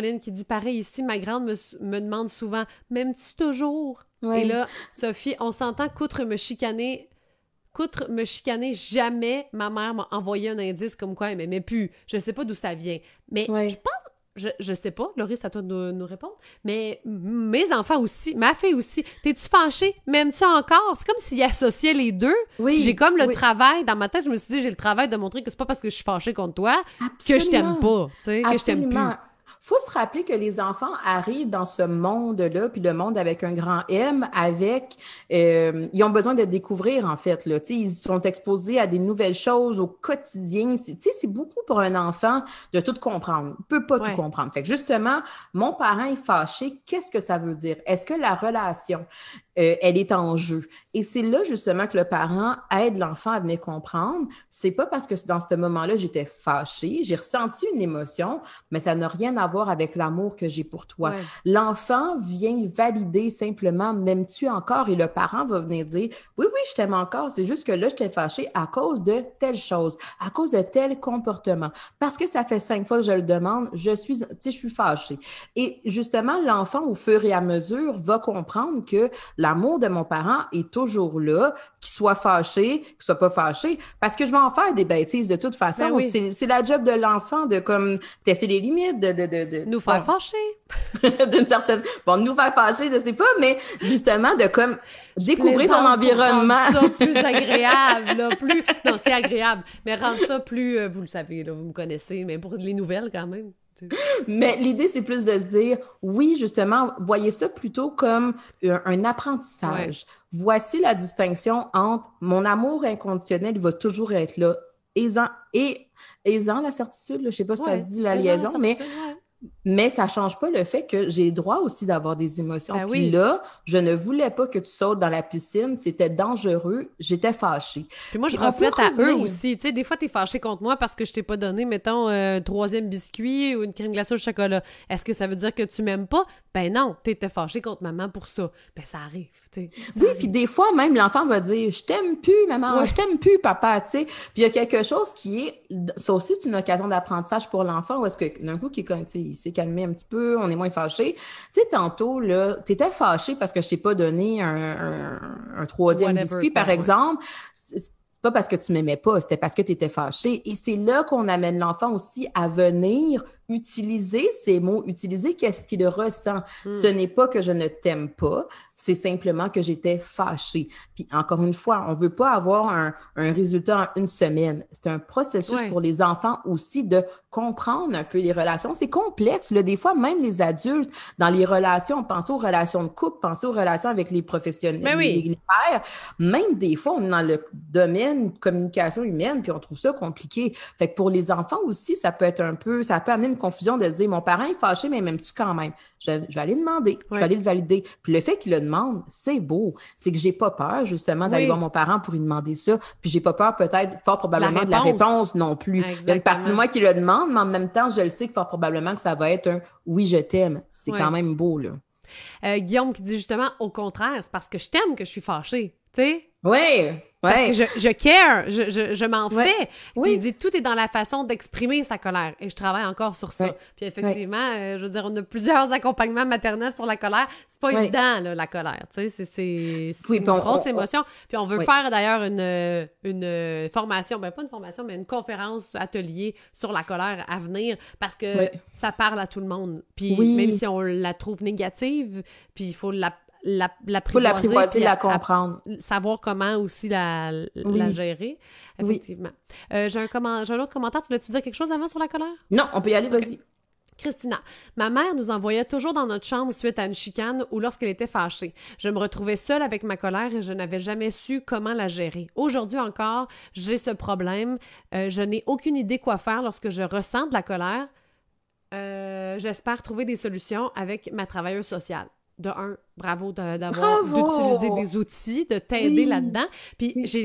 pareil ici. Ma grande me, me demande souvent « M'aimes-tu toujours? Oui. » Et là, Sophie, on s'entend qu'outre me chicaner, qu'outre me chicaner, jamais ma mère m'a envoyé un indice comme quoi elle m'aimait plus. Je sais pas d'où ça vient. Mais oui. je pense... Je, je sais pas, Laurie, c'est à toi de nous, nous répondre, mais mes enfants aussi, ma fille aussi, t'es-tu fâchée? M'aimes-tu encore? C'est comme s'ils associaient les deux. Oui, j'ai comme le oui. travail, dans ma tête, je me suis dit, j'ai le travail de montrer que c'est pas parce que je suis fâchée contre toi Absolument. que je t'aime pas, tu sais, que je t'aime plus. Faut se rappeler que les enfants arrivent dans ce monde-là, puis le monde avec un grand M, avec... Euh, ils ont besoin de découvrir, en fait. Là. Ils sont exposés à des nouvelles choses au quotidien. C'est, c'est beaucoup pour un enfant de tout comprendre. Il peut pas ouais. tout comprendre. Fait que justement, mon parent est fâché. Qu'est-ce que ça veut dire? Est-ce que la relation, euh, elle est en jeu? Et c'est là, justement, que le parent aide l'enfant à venir comprendre. C'est pas parce que dans ce moment-là, j'étais fâchée, j'ai ressenti une émotion, mais ça n'a rien à voir avec l'amour que j'ai pour toi. Ouais. L'enfant vient valider simplement « m'aimes-tu encore? » Et le parent va venir dire « oui, oui, je t'aime encore, c'est juste que là, je t'ai fâché à cause de telle chose, à cause de tel comportement. Parce que ça fait cinq fois que je le demande, je suis, tu sais, je suis fâchée. » Et justement, l'enfant, au fur et à mesure, va comprendre que l'amour de mon parent est toujours là, qu'il soit fâché, qu'il soit pas fâché, parce que je vais en faire des bêtises de toute façon. Ben oui. c'est, c'est la job de l'enfant de comme tester les limites, de... de, de, de nous faire bon. fâcher. D'une certaine... Bon, nous faire fâcher, je sais pas, mais justement de comme découvrir son environnement. Rendre ça plus agréable, là, plus... Non, c'est agréable, mais rendre ça plus... Euh, vous le savez, là, vous me connaissez, mais pour les nouvelles, quand même. Mais l'idée, c'est plus de se dire, oui, justement, voyez ça plutôt comme un, un apprentissage. Ouais. Voici la distinction entre mon amour inconditionnel, il va toujours être là. Aisant, et aisant la certitude, là, je sais pas si ouais. ça se dit la aisant liaison, la mais... Ouais. Mais ça ne change pas le fait que j'ai le droit aussi d'avoir des émotions. Ben Puis oui. là, je ne voulais pas que tu sautes dans la piscine. C'était dangereux. J'étais fâchée. Puis moi, je Puis reflète à eux aussi. Tu sais, des fois, tu es fâché contre moi parce que je t'ai pas donné, mettons, un euh, troisième biscuit ou une crème glacée au chocolat. Est-ce que ça veut dire que tu m'aimes pas? Ben non, tu étais fâché contre maman pour ça. Ben ça arrive, tu sais. Oui, puis des fois, même, l'enfant va dire « Je t'aime plus, maman. Ouais. Je t'aime plus, papa. » Tu sais. Puis il y a quelque chose qui est... Ça aussi, c'est une occasion d'apprentissage pour l'enfant. Ou est-ce que d'un coup, qui est comme, tu sais, il s'est calmé un petit peu, on est moins fâché. Tu sais, tantôt, là, t'étais fâché parce que je t'ai pas donné un, un, un troisième Whatever, biscuit, par ouais. exemple. C'est, c'est pas parce que tu m'aimais pas, c'était parce que tu étais fâché. Et c'est là qu'on amène l'enfant aussi à venir utiliser ces mots, utiliser qu'est-ce qu'il ressent. Mm. Ce n'est pas que je ne t'aime pas, c'est simplement que j'étais fâchée. Puis encore une fois, on veut pas avoir un, un résultat en une semaine. C'est un processus ouais. pour les enfants aussi de comprendre un peu les relations. C'est complexe, là. Des fois, même les adultes, dans les relations, pensez aux relations de couple, pensez aux relations avec les professionnels, ben oui. les, les pères. Même des fois, on est dans le domaine de communication humaine, puis on trouve ça compliqué. Fait que pour les enfants aussi, ça peut être un peu, ça peut amener une confusion de se dire, mon parent est fâché, mais m'aimes-tu quand même? Je, je vais aller demander, ouais. je vais aller le valider. Puis le fait qu'il le demande, c'est beau. C'est que j'ai pas peur, justement, d'aller oui. voir mon parent pour lui demander ça. Puis j'ai pas peur, peut-être, fort probablement, la de la réponse non plus. Exactement. Il y a une partie de moi qui le demande, mais en même temps, je le sais que fort probablement que ça va être un « oui, je t'aime ». C'est ouais. quand même beau, là. Euh, Guillaume qui dit justement, au contraire, c'est parce que je t'aime que je suis fâchée, tu sais? Oui! Ouais. Parce que je, je care, je, je, je m'en ouais. fais. Oui. Puis il dit, tout est dans la façon d'exprimer sa colère. Et je travaille encore sur ça. Ouais. Puis effectivement, ouais. euh, je veux dire, on a plusieurs accompagnements maternels sur la colère. C'est pas ouais. évident, là, la colère. Tu sais, c'est, c'est, c'est oui, une on, grosse on, émotion. Puis on veut oui. faire d'ailleurs une, une formation, ben pas une formation, mais une conférence, atelier sur la colère à venir parce que oui. ça parle à tout le monde. Puis oui. même si on la trouve négative, puis il faut la La, la faut l'apprivoiser, la comprendre. À, à savoir comment aussi la, oui. la gérer, effectivement. Oui. Euh, j'ai, un comment, j'ai un autre commentaire. Tu voulais-tu dire quelque chose avant sur la colère? Non, on peut y aller, okay. Vas-y. Christina, ma mère nous envoyait toujours dans notre chambre suite à une chicane ou lorsqu'elle était fâchée. Je me retrouvais seule avec ma colère et je n'avais jamais su comment la gérer. Aujourd'hui encore, j'ai ce problème. Euh, je n'ai aucune idée quoi faire lorsque je ressens de la colère. Euh, j'espère trouver des solutions avec ma travailleuse sociale. De un, bravo de, d'avoir, bravo! D'utiliser des outils, de t'aider oui. là-dedans. Puis oui. j'ai le goût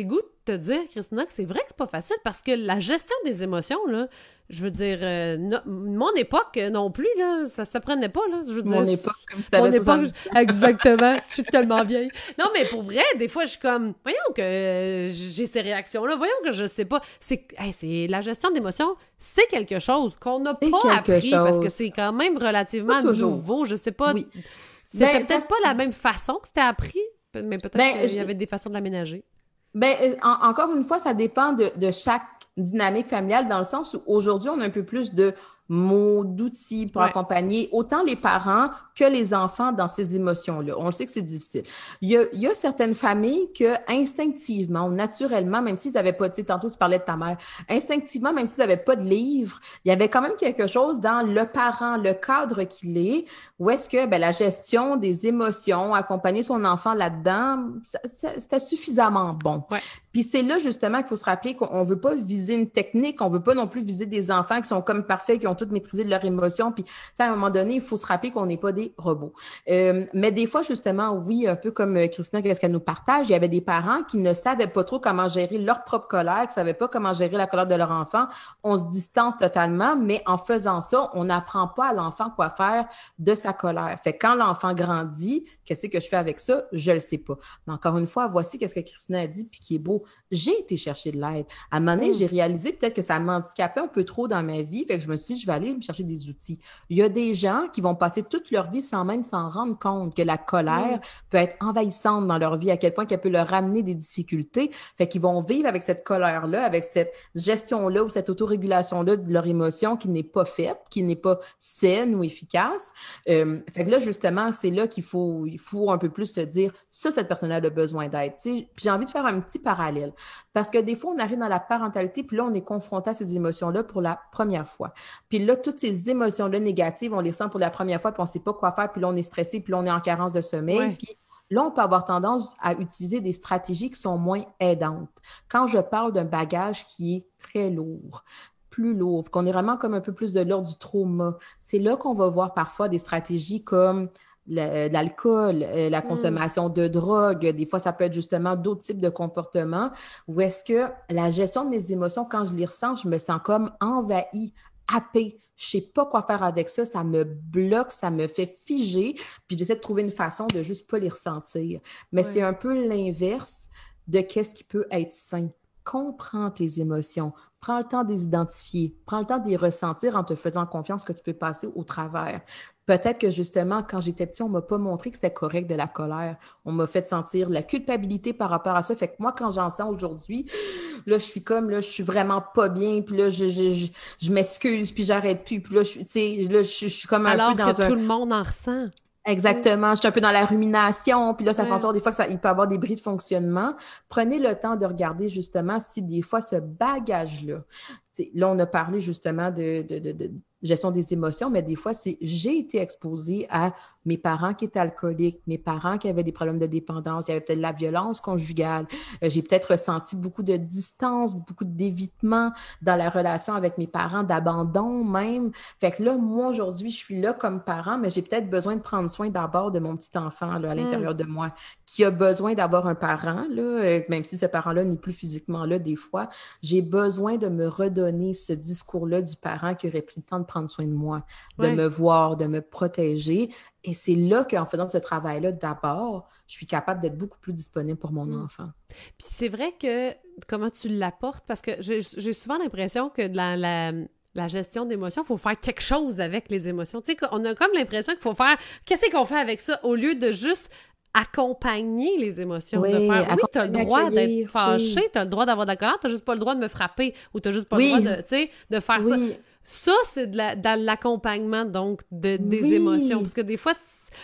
te dire, Christina, que c'est vrai que c'est pas facile parce que la gestion des émotions, là, je veux dire, euh, no, mon époque non plus, là, ça se prenait pas, là. Je veux Mon dire, époque, comme si t'avais soixante-dix ans. Exactement. Je suis tellement vieille. Non, mais pour vrai, des fois, je suis comme, voyons que euh, j'ai ces réactions-là, voyons que je sais pas. C'est, hey, c'est la gestion d'émotions, c'est quelque chose qu'on n'a pas appris chose. Parce que c'est quand même relativement nouveau. Je sais pas. Oui. C'était ben, peut-être pas que... la même façon que c'était appris, mais peut-être ben, qu'il je... y avait des façons de l'aménager. Ben, en, encore une fois, ça dépend de, de chaque dynamique familiale dans le sens où aujourd'hui, on a un peu plus de mots, d'outils pour ouais. accompagner autant les parents que les enfants dans ces émotions-là. On le sait que c'est difficile. Il y a, il y a certaines familles que instinctivement, naturellement, même s'ils n'avaient pas, tu sais, tantôt tu parlais de ta mère, instinctivement, même s'ils n'avaient pas de livre, il y avait quand même quelque chose dans le parent, le cadre qu'il est, où est-ce que ben, la gestion des émotions, accompagner son enfant là-dedans, ça, ça, c'était suffisamment bon. Ouais. Puis c'est là justement qu'il faut se rappeler qu'on ne veut pas viser une technique, on ne veut pas non plus viser des enfants qui sont comme parfaits, qui ont tout maîtrisé de leurs émotions. Puis à un moment donné, il faut se rappeler qu'on n'est pas des robots. Euh, mais des fois, justement, oui, un peu comme Christina, qu'est-ce qu'elle nous partage, il y avait des parents qui ne savaient pas trop comment gérer leur propre colère, qui ne savaient pas comment gérer la colère de leur enfant. On se distance totalement, mais en faisant ça, on n'apprend pas à l'enfant quoi faire de sa colère. Fait que quand l'enfant grandit, qu'est-ce que je fais avec ça? Je le sais pas. Mais encore une fois, voici qu'est-ce que Christina a dit, puis qui est beau. J'ai été chercher de l'aide. À un moment donné, mmh. j'ai réalisé peut-être que ça m'handicapait un peu trop dans ma vie. Fait que je me suis dit, je vais aller me chercher des outils. Il y a des gens qui vont passer toute leur vie sans même s'en rendre compte que la colère mmh. peut être envahissante dans leur vie, à quel point qu'elle peut leur ramener des difficultés. Fait qu'ils vont vivre avec cette colère-là, avec cette gestion-là ou cette autorégulation-là de leur émotion qui n'est pas faite, qui n'est pas saine ou efficace. Euh, fait que là, justement, c'est là qu'il faut, il faut un peu plus se dire, ça, cette personne-là a besoin d'aide. Puis j'ai envie de faire un petit parallèle. Parce que des fois, on arrive dans la parentalité, puis là, on est confronté à ces émotions-là pour la première fois. Puis là, toutes ces émotions-là négatives, on les sent pour la première fois, puis on ne sait pas quoi faire, puis là, on est stressé, puis là, on est en carence de sommeil. Ouais. Puis là, on peut avoir tendance à utiliser des stratégies qui sont moins aidantes. Quand je parle d'un bagage qui est très lourd, plus lourd, qu'on est vraiment comme un peu plus de l'ordre du trauma, c'est là qu'on va voir parfois des stratégies comme Le, l'alcool, euh, la consommation mm. de drogue, des fois, ça peut être justement d'autres types de comportements où est-ce que la gestion de mes émotions, quand je les ressens, je me sens comme envahie, happée. Je sais pas quoi faire avec ça, ça me bloque, ça me fait figer, puis j'essaie de trouver une façon de juste pas les ressentir. Mais ouais. c'est un peu l'inverse de qu'est-ce qui peut être sain. Comprends tes émotions. Prends le temps de les identifier. Prends le temps de les ressentir en te faisant confiance que tu peux passer au travers. Peut-être que justement, quand j'étais petit, on ne m'a pas montré que c'était correct de la colère. On m'a fait sentir la culpabilité par rapport à ça. Fait que moi, quand j'en sens aujourd'hui, là, je suis comme, là, je suis vraiment pas bien. Puis là, je, je, je, je m'excuse, puis j'arrête plus. Puis là, je, tu sais, là, je, je suis comme un Alors peu dans un... Alors que tout le monde en ressent. Exactement. Je suis un peu dans la rumination, puis là, ça ouais. fait en sorte des fois que ça, il peut y avoir des bris de fonctionnement. Prenez le temps de regarder justement si des fois ce bagage-là, là, on a parlé justement de, de, de, de gestion des émotions, mais des fois, c'est j'ai été exposée à mes parents qui étaient alcooliques, mes parents qui avaient des problèmes de dépendance, il y avait peut-être de la violence conjugale, euh, j'ai peut-être ressenti beaucoup de distance, beaucoup d'évitement dans la relation avec mes parents, d'abandon même. Fait que là, moi, aujourd'hui, je suis là comme parent, mais j'ai peut-être besoin de prendre soin d'abord de mon petit enfant là, à l'intérieur mmh. de moi, qui a besoin d'avoir un parent, là, euh, même si ce parent-là n'est plus physiquement là des fois, j'ai besoin de me redonner ce discours-là du parent qui aurait pris le temps de prendre soin de moi, de ouais. me voir, de me protéger. Et c'est là qu'en faisant ce travail-là, d'abord, je suis capable d'être beaucoup plus disponible pour mon mmh. enfant. Puis c'est vrai que, comment tu l'apportes, parce que j'ai, j'ai souvent l'impression que de la... la... la gestion d'émotions, il faut faire quelque chose avec les émotions. Tu sais, on a comme l'impression qu'il faut faire... Qu'est-ce qu'on fait avec ça? Au lieu de juste accompagner les émotions. Oui, de faire, oui, t'as le droit d'être fâché, oui. t'as le droit d'avoir de la colère, t'as juste pas le droit de me frapper ou t'as juste pas oui. le droit de, tu sais, de faire oui. ça. Ça, c'est de, la, de l'accompagnement, donc, de, des oui. émotions. Parce que des fois...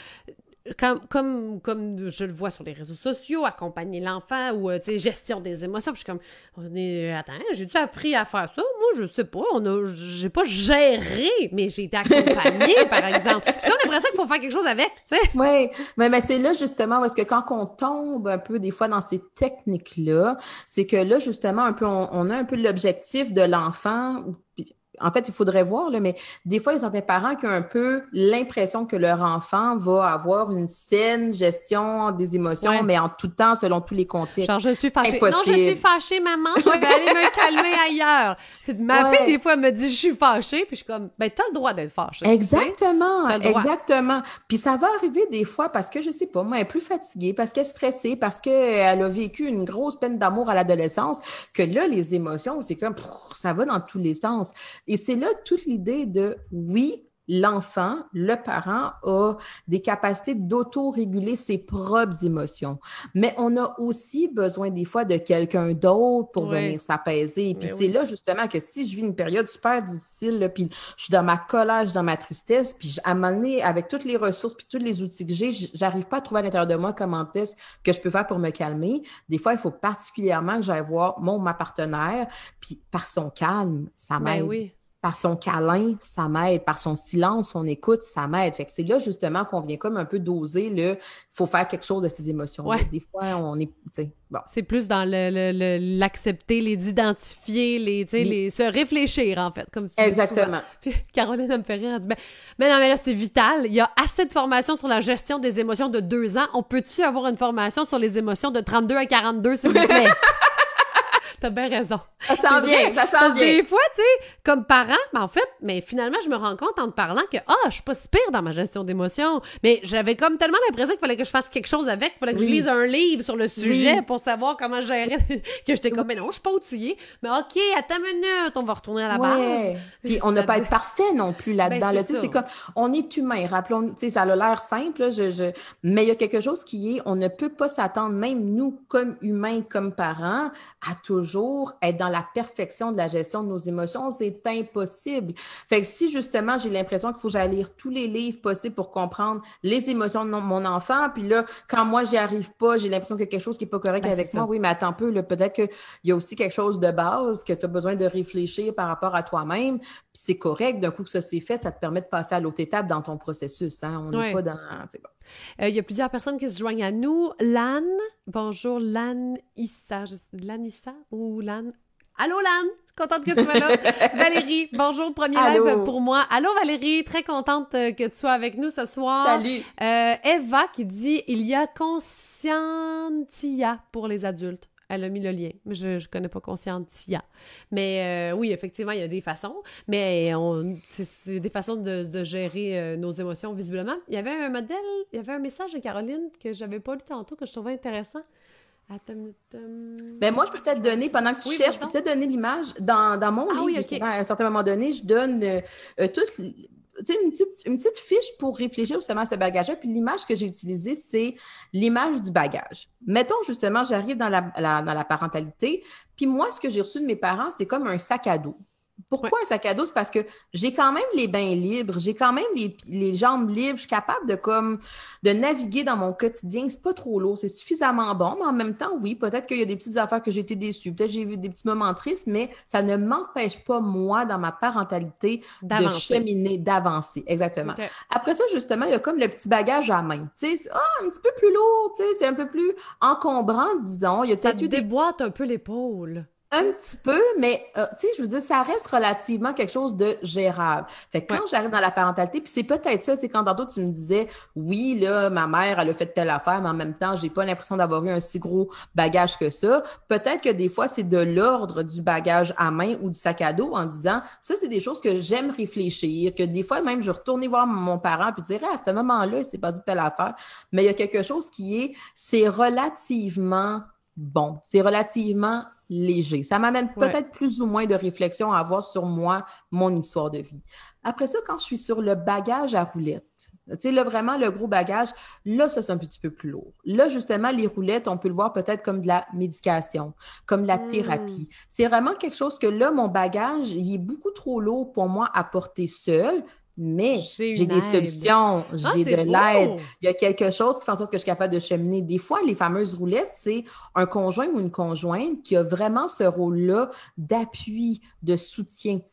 Comme, comme, comme je le vois sur les réseaux sociaux, accompagner l'enfant ou, tu sais, gestion des émotions. Puis je suis comme, on est, attends, j'ai-tu appris à faire ça? Moi, je sais pas. On a, j'ai pas géré, mais j'ai été accompagnée, par exemple. J'ai comme l'impression qu'il faut faire quelque chose avec, tu sais. Oui, mais, mais c'est là, justement, parce que quand on tombe un peu, des fois, dans ces techniques-là, c'est que là, justement, un peu, on, on a un peu l'objectif de l'enfant... en fait, il faudrait voir, là, mais des fois, il y a certains parents qui ont un peu l'impression que leur enfant va avoir une saine gestion des émotions, ouais. mais en tout temps, selon tous les contextes. Genre, je suis fâchée. Impossible. Non, je suis fâchée, maman, je vais aller me calmer ailleurs. Ma ouais. fille, des fois, elle me dit, je suis fâchée, puis je suis comme, ben, t'as le droit d'être fâchée. Exactement, exactement. Puis ça va arriver des fois parce que, je sais pas, moi, elle est plus fatiguée, parce qu'elle est stressée, parce qu'elle a vécu une grosse peine d'amour à l'adolescence, que là, les émotions, c'est comme, pff, ça va dans tous les sens. Et c'est là toute l'idée de, oui, l'enfant, le parent a des capacités d'auto-réguler ses propres émotions. Mais on a aussi besoin des fois de quelqu'un d'autre pour oui. venir s'apaiser. Et puis Mais c'est oui. là justement que si je vis une période super difficile, là, puis je suis dans ma colère, je suis dans ma tristesse, puis à un moment donné, avec toutes les ressources puis tous les outils que j'ai, j'arrive pas à trouver à l'intérieur de moi comment est-ce que je peux faire pour me calmer. Des fois, il faut particulièrement que j'aille voir mon ma partenaire, puis par son calme, ça m'aide. Oui. Par son câlin, ça m'aide. Par son silence, son écoute, ça m'aide. Fait que c'est là, justement, qu'on vient comme un peu doser le « faut faire quelque chose de ces émotions ». Ouais. Des fois, on est, tu sais, bon. C'est plus dans le, le, le, l'accepter, les identifier, les, tu sais, les... les, se réfléchir, en fait, comme tu Exactement. Puis Caroline, elle me fait rire, elle dit ben, « Mais non, mais là, c'est vital. Il y a assez de formation sur la gestion des émotions de deux ans. On peut-tu avoir une formation sur les émotions de trente-deux à quarante-deux, s'il vous plaît? » T'as bien raison. Ça sent bien, ça sent bien. Des fois, tu sais, comme parent, ben en fait, mais finalement, je me rends compte en te parlant que, ah, je suis pas si pire dans ma gestion d'émotions. Mais j'avais comme tellement l'impression qu'il fallait que je fasse quelque chose avec, qu'il fallait que oui. je lise un livre sur le sujet oui. pour savoir comment gérer, que j'étais comme, mais non, je suis pas outillée. Mais OK, attends une minute, on va retourner à la ouais. base. Puis on n'a pas être parfait non plus là-dedans. Ben, là, c'est, c'est comme, on est humain, rappelons, tu sais, ça a l'air simple, là, je, je... mais il y a quelque chose qui est, on ne peut pas s'attendre, même nous, comme humains, comme parents, à toujours être dans la perfection de la gestion de nos émotions, c'est impossible. Fait que si justement j'ai l'impression qu'il faut que j'aille lire tous les livres possibles pour comprendre les émotions de mon enfant, puis là, quand moi j'y arrive pas, j'ai l'impression qu'il y a quelque chose qui est pas correct ben, avec moi, oui, mais attends un peu, là, peut-être qu'il y a aussi quelque chose de base que tu as besoin de réfléchir par rapport à toi-même, puis c'est correct, d'un coup que ça s'est fait, ça te permet de passer à l'autre étape dans ton processus, hein? On n'est ouais. pas dans... C'est bon. Il euh, y a plusieurs personnes qui se joignent à nous. Lan, bonjour, Lan Issa. Je... Lan Issa ou Lan? Allô, Lan? Contente que tu sois là. Valérie, bonjour, premier Allô. live pour moi. Allô, Valérie, très contente que tu sois avec nous ce soir. Salut. Euh, Eva qui dit « Il y a Conscientia pour les adultes ». Elle a mis le lien. Je ne connais pas Conscientia. Mais euh, oui, effectivement, il y a des façons. Mais on, c'est, c'est des façons de, de gérer euh, nos émotions, visiblement. Il y avait un modèle, il y avait un message de Caroline que je n'avais pas lu tantôt, que je trouvais intéressant. Attends, euh... Ben moi, je peux peut-être donner, pendant que tu oui, cherches, je peux peut-être donner l'image. Dans, dans mon ah, livre, oui, okay. justement, à un certain moment donné, je donne euh, euh, toutes... Tu sais, une petite, une petite fiche pour réfléchir justement à ce bagage-là. Puis l'image que j'ai utilisée, c'est l'image du bagage. Mettons, justement, j'arrive dans la, la, dans la parentalité, puis moi, ce que j'ai reçu de mes parents, c'est comme un sac à dos. Pourquoi ouais. un sac à dos? C'est parce que j'ai quand même les bains libres, j'ai quand même les, les jambes libres, je suis capable de comme de naviguer dans mon quotidien, c'est pas trop lourd, c'est suffisamment bon, mais en même temps, oui, peut-être qu'il y a des petites affaires que j'ai été déçue, peut-être que j'ai vu des petits moments tristes, mais ça ne m'empêche pas, moi, dans ma parentalité, d'avancer. de cheminer, d'avancer. Exactement. Okay. Après ça, justement, il y a comme le petit bagage à main. Tu sais, oh, un petit peu plus lourd, tu sais, c'est un peu plus encombrant, disons. Il y a ça te déboîte des... un peu l'épaule. Un petit peu, mais euh, tu sais, je veux dire, ça reste relativement quelque chose de gérable. Fait que quand ouais. j'arrive dans la parentalité, puis c'est peut-être ça, tu sais, quand tantôt tu me disais, oui, là, ma mère, elle a fait telle affaire, mais en même temps, j'ai pas l'impression d'avoir eu un si gros bagage que ça. Peut-être que des fois, c'est de l'ordre du bagage à main ou du sac à dos en disant, ça, c'est des choses que j'aime réfléchir, que des fois, même, je retourne voir mon parent puis dire, ah, à ce moment-là, il s'est pas dit telle affaire. Mais il y a quelque chose qui est, c'est relativement bon, c'est relativement léger. Ça m'amène ouais. peut-être plus ou moins de réflexion à avoir sur moi, mon histoire de vie. Après ça, quand je suis sur le bagage à roulettes, tu sais, là, vraiment, le gros bagage, là, ça, c'est un petit peu plus lourd. Là, justement, les roulettes, on peut le voir peut-être comme de la médication, comme de la thérapie. Mmh. C'est vraiment quelque chose que là, mon bagage, il est beaucoup trop lourd pour moi à porter seul. Mais j'ai, j'ai des aide. solutions, j'ai ah, de beau. l'aide. Il y a quelque chose qui fait en sorte que je suis capable de cheminer. Des fois, les fameuses roulettes, c'est un conjoint ou une conjointe qui a vraiment ce rôle-là d'appui, de soutien.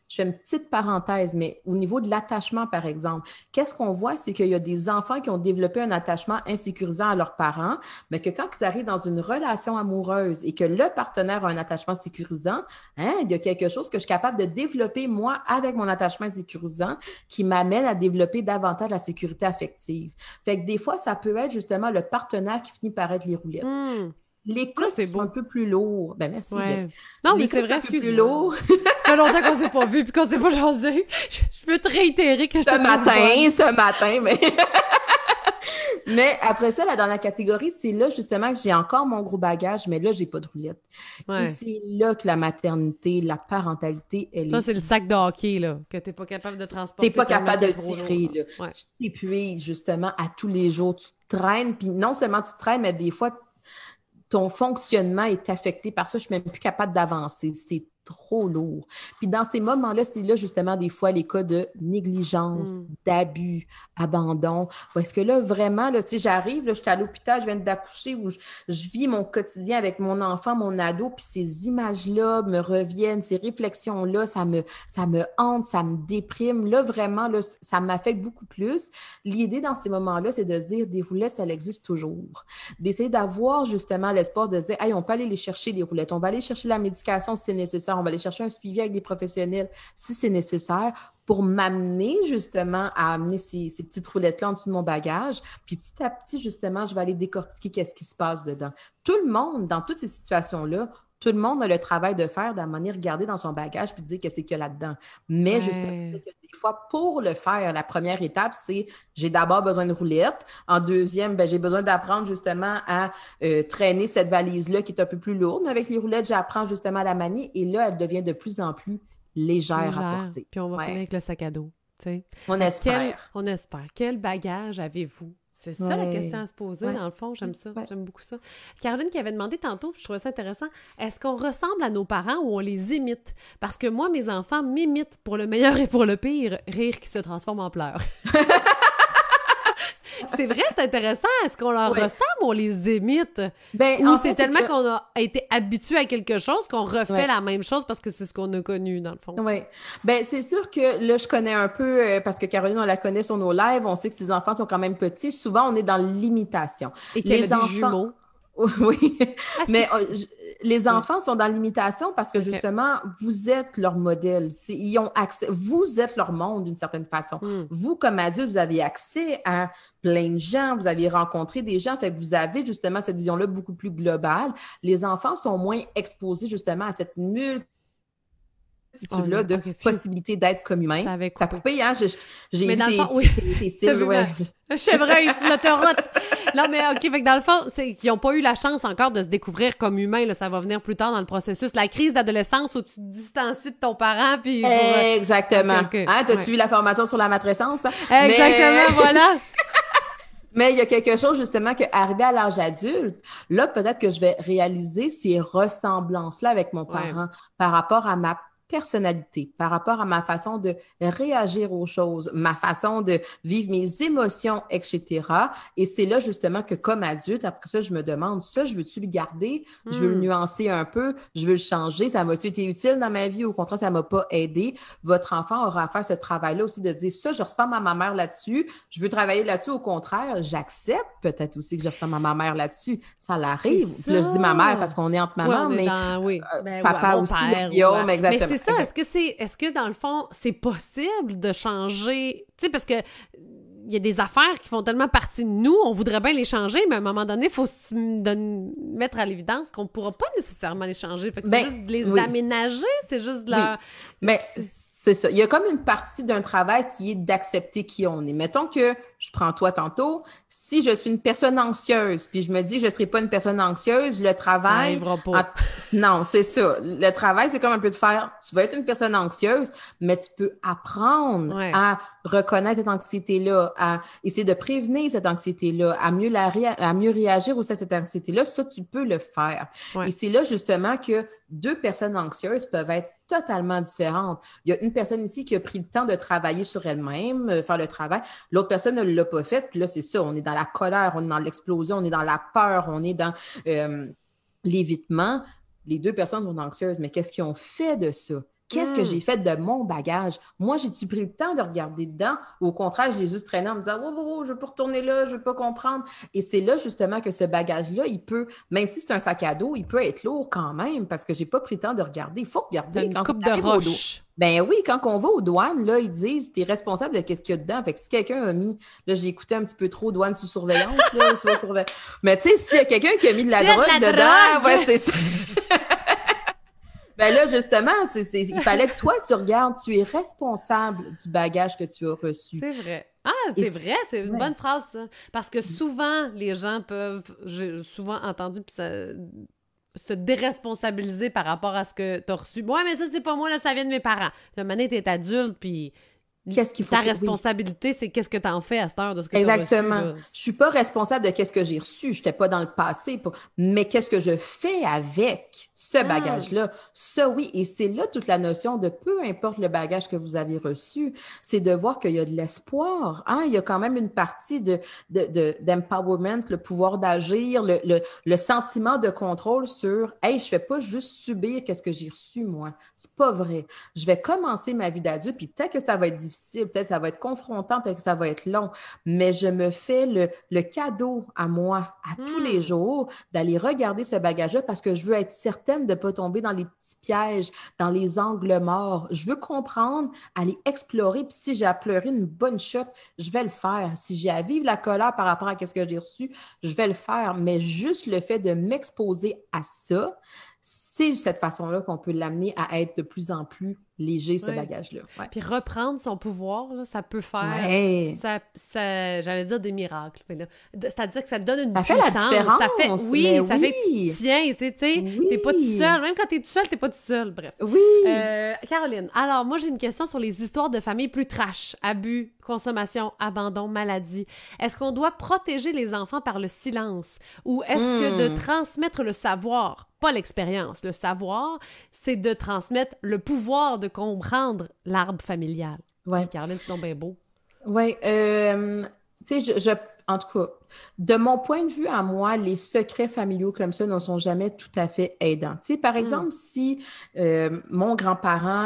je fais une petite parenthèse, mais au niveau de l'attachement, par exemple, qu'est-ce qu'on voit, c'est qu'il y a des enfants qui ont développé un attachement insécurisant à leurs parents, mais que quand ils arrivent dans une relation amoureuse et que le partenaire a un attachement sécurisant, hein, il y a quelque chose que je suis capable de développer, moi, avec mon attachement sécurisant, qui m'amène à développer davantage la sécurité affective. Fait que des fois, ça peut être justement le partenaire qui finit par être les roulettes. Mmh. Les coups c'est sont beau. un peu plus lourds. Ben merci, Ouais. Jess. Non, les mais c'est coups vrai, sont un peu plus excuse-moi. lourds. Ça fait longtemps qu'on s'est pas vu puis qu'on s'est pas jasé. Je, je veux te réitérer que je Ce te matin, ce matin, mais... mais après ça, la dernière catégorie, c'est là justement que j'ai encore mon gros bagage, mais là, j'ai pas de roulette. Ouais. Et c'est là que la maternité, la parentalité, elle Ça, est... c'est le sac de hockey, là, que t'es pas capable de transporter. T'es pas capable de le tellement tirer, lourd, là. là. Ouais. Tu t'épuises justement à tous les jours. Tu te traînes, puis non seulement tu te traînes, mais des fois, ton fonctionnement est affecté par ça. Je suis même plus capable d'avancer. C'est trop lourd. Puis dans ces moments-là, c'est là justement des fois les cas de négligence, Mm. d'abus, abandon. Parce que là, vraiment, là, tu sais, j'arrive, là, je suis à l'hôpital, je viens d'accoucher où je, je vis mon quotidien avec mon enfant, mon ado, puis ces images-là me reviennent, ces réflexions-là, ça me, ça me hante, ça me déprime. Là, vraiment, là, ça m'affecte beaucoup plus. L'idée dans ces moments-là, c'est de se dire, des roulettes, ça existe toujours. D'essayer d'avoir justement l'espoir de se dire, hey, on peut aller les chercher, les roulettes, on va aller chercher la médication si c'est nécessaire, on va aller chercher un suivi avec des professionnels si c'est nécessaire pour m'amener justement à amener ces, ces petites roulettes-là en dessous de mon bagage. Puis petit à petit, justement, je vais aller décortiquer qu'est-ce qui se passe dedans. Tout le monde, dans toutes ces situations-là, tout le monde a le travail de faire, d'amener regarder dans son bagage puis de dire qu'est-ce qu'il y a là-dedans. Mais Ouais. justement, des fois, pour le faire, la première étape, c'est j'ai d'abord besoin de roulettes. En deuxième, ben, j'ai besoin d'apprendre justement à euh, traîner cette valise-là qui est un peu plus lourde. Mais avec les roulettes, j'apprends justement à la manier et là, elle devient de plus en plus légère, Légère. à porter. Puis on va Ouais. finir avec le sac à dos. T'sais. On espère. Quel, on espère. Quel bagage avez-vous? C'est ça Ouais. la question à se poser, Ouais. dans le fond. J'aime ça. Ouais. J'aime beaucoup ça. Caroline qui avait demandé tantôt, puis je trouvais ça intéressant, est-ce qu'on ressemble à nos parents ou on les imite? Parce que moi, mes enfants m'imitent pour le meilleur et pour le pire, rire qui se transforme en pleurs. C'est vrai, c'est intéressant. Est-ce qu'on leur Oui. ressemble ou on les imite? Ben, Ou en c'est fait, tellement que- qu'on a été habitué à quelque chose qu'on refait Ouais. la même chose parce que c'est ce qu'on a connu, dans le fond. Oui. Ben c'est sûr que là, je connais un peu, euh, parce que Caroline, on la connaît sur nos lives, on sait que ses enfants sont quand même petits. Souvent, on est dans l'imitation. Et qu'elle a Les des enfants... jumeaux. Oui, Ah, mais spécifique. euh, je- les enfants sont dans l'imitation parce que Ok. justement, vous êtes leur modèle. C'est- Ils ont accès, vous êtes leur monde d'une certaine façon. Hmm. Vous, comme adulte, vous avez accès à plein de gens, vous avez rencontré des gens, fait que vous avez justement cette vision-là beaucoup plus globale. Les enfants sont moins exposés justement à cette multitude là Oh non, de ok, phew. possibilités d'être comme humain. Ça avait Ça a coupé. coupé, hein? Je- je- J'ai Mais vu dans le tes, fond, oui. tes, tes T'as cils, vu ouais. ma- chevreuil sur l'autoroute. Non, mais OK, fait que dans le fond, c'est qu'ils n'ont pas eu la chance encore de se découvrir comme humains. Là, ça va venir plus tard dans le processus. La crise d'adolescence où tu te distancies de ton parent. Puis pour, euh, Exactement. Ok, ok. Hein, t'as Ouais. suivi la formation sur la matrescence? Hein? Exactement, Mais- voilà. Mais il y a quelque chose, justement, que arrivé à l'âge adulte, là, peut-être que je vais réaliser ces ressemblances-là avec mon Ouais. parent par rapport à ma personnalité, par rapport à ma façon de réagir aux choses, ma façon de vivre mes émotions, et cetera. Et c'est là, justement, que comme adulte, après ça, je me demande, ça, je veux-tu le garder? Je veux le Hmm. nuancer un peu? Je veux le changer? Ça m'a-tu été utile dans ma vie? Au contraire, ça m'a pas aidé. Votre enfant aura à faire ce travail-là aussi de dire, ça, je ressemble à ma mère là-dessus. Je veux travailler là-dessus. Au contraire, j'accepte peut-être aussi que je ressemble à ma mère là-dessus. Ça l'arrive. C'est Puis là, je dis ma ça. mère parce qu'on est entre Ouais, mamans, on est mais dans- oui. Ben, papa ou à mon aussi, père, Guillaume, ou à- exactement. Mais c'est ça. Exact. Est-ce que c'est, est-ce que dans le fond, c'est possible de changer? Tu sais, parce que il y a des affaires qui font tellement partie de nous, on voudrait bien les changer, mais à un moment donné, il faut se don- mettre à l'évidence qu'on ne pourra pas nécessairement les changer. Fait que Ben, c'est juste de les oui. aménager, c'est juste de Oui. leur... Mais c'est ça. Il y a comme une partie d'un travail qui est d'accepter qui on est. Mettons que je prends toi tantôt. Si je suis une personne anxieuse, puis je me dis que je ne serai pas une personne anxieuse, le Ça travail... n'arrivera pas. en- Non, c'est ça. Le travail, c'est comme un peu de faire, tu vas être une personne anxieuse, mais tu peux apprendre Ouais. à reconnaître cette anxiété-là, à essayer de prévenir cette anxiété-là, à mieux, la réa- à mieux réagir aussi à cette anxiété-là. Ça, tu peux le faire. Ouais. Et c'est là, justement, que deux personnes anxieuses peuvent être totalement différentes. Il y a une personne ici qui a pris le temps de travailler sur elle-même, euh, faire le travail. L'autre personne ne l'a pas fait. Puis là, c'est ça. On est dans la colère, on est dans l'explosion, on est dans la peur, on est dans euh, l'évitement. Les deux personnes sont anxieuses. Mais qu'est-ce qu'ils ont fait de ça? Qu'est-ce mmh. que j'ai fait de mon bagage? Moi, j'ai-tu pris le temps de regarder dedans? Ou au contraire, je l'ai juste traîné en me disant « Oh, oh, oh, je veux pas retourner là, je veux pas comprendre. » Et c'est là, justement, que ce bagage-là, il peut, même si c'est un sac à dos, il peut être lourd quand même parce que j'ai pas pris le temps de regarder. Il faut regarder. Une quand coupe de roche. Ben oui, quand on va aux douanes, là, ils disent « T'es responsable de qu'est-ce qu'il y a dedans. » Fait que si quelqu'un a mis, là, j'ai écouté un petit peu trop douane sous surveillance, là, sous surveillance. Mais tu sais, s'il y a quelqu'un qui a mis de la drogue de la dedans, drogue. Ouais, c'est ça. Ben là, justement, c'est, c'est, il fallait que toi, tu regardes, tu es responsable du bagage que tu as reçu. C'est vrai. Ah, c'est Et vrai, c'est une ouais. bonne phrase, ça. Parce que souvent, les gens peuvent, j'ai souvent entendu, puis ça, se déresponsabiliser par rapport à ce que tu as reçu. Ouais, mais ça, c'est pas moi, là, ça vient de mes parents. De manière, t'es adulte, puis... Qu'est-ce qu'il faut Ta que... responsabilité, oui. c'est qu'est-ce que tu en fais à cette heure de ce que tu as reçu. Exactement. Je suis pas responsable de qu'est-ce que j'ai reçu. Je n'étais pas dans le passé. Pour... Mais qu'est-ce que je fais avec ce bagage-là? Ah. Ça, oui. Et c'est là toute la notion de peu importe le bagage que vous avez reçu, c'est de voir qu'il y a de l'espoir. Hein? Il y a quand même une partie de, de, de, d'empowerment, le pouvoir d'agir, le, le, le sentiment de contrôle sur « Hey, je fais pas juste subir qu'est-ce que j'ai reçu, moi. C'est pas vrai. Je vais commencer ma vie d'adulte, puis peut-être que ça va être difficile. Peut-être que ça va être confrontant, peut-être que ça va être long, mais je me fais le, le cadeau à moi, à mmh. tous les jours, d'aller regarder ce bagage-là parce que je veux être certaine de ne pas tomber dans les petits pièges, dans les angles morts. Je veux comprendre, aller explorer, puis si j'ai à pleurer une bonne shot, je vais le faire. Si j'ai à vivre la colère par rapport à ce que j'ai reçu, je vais le faire. Mais juste le fait de m'exposer à ça, c'est de cette façon-là qu'on peut l'amener à être de plus en plus léger, ce ouais. bagage-là. Ouais. Puis reprendre son pouvoir, là, ça peut faire, ouais. ça, ça, j'allais dire des miracles. Mais là, c'est-à-dire que ça te donne une ça puissance. Ça fait la différence. Ça fait, oui, ça oui. fait que tu te tiens. Tu sais, oui. t'es pas tout seul. Même quand t'es tout seul, t'es pas tout seul. Bref. Oui. Euh, Caroline, alors moi, j'ai une question sur les histoires de famille plus trash. Abus, consommation, abandon, maladie. Est-ce qu'on doit protéger les enfants par le silence? Ou est-ce mm. que de transmettre le savoir, pas l'expérience, le savoir, c'est de transmettre le pouvoir de comprendre l'arbre familial. Oui. Caroline, c'est donc bien beau. Oui. Euh, tu sais, je, je, en tout cas, de mon point de vue à moi, les secrets familiaux comme ça ne sont jamais tout à fait aidants. Tu sais, par exemple, mm. si euh, mon grand-parent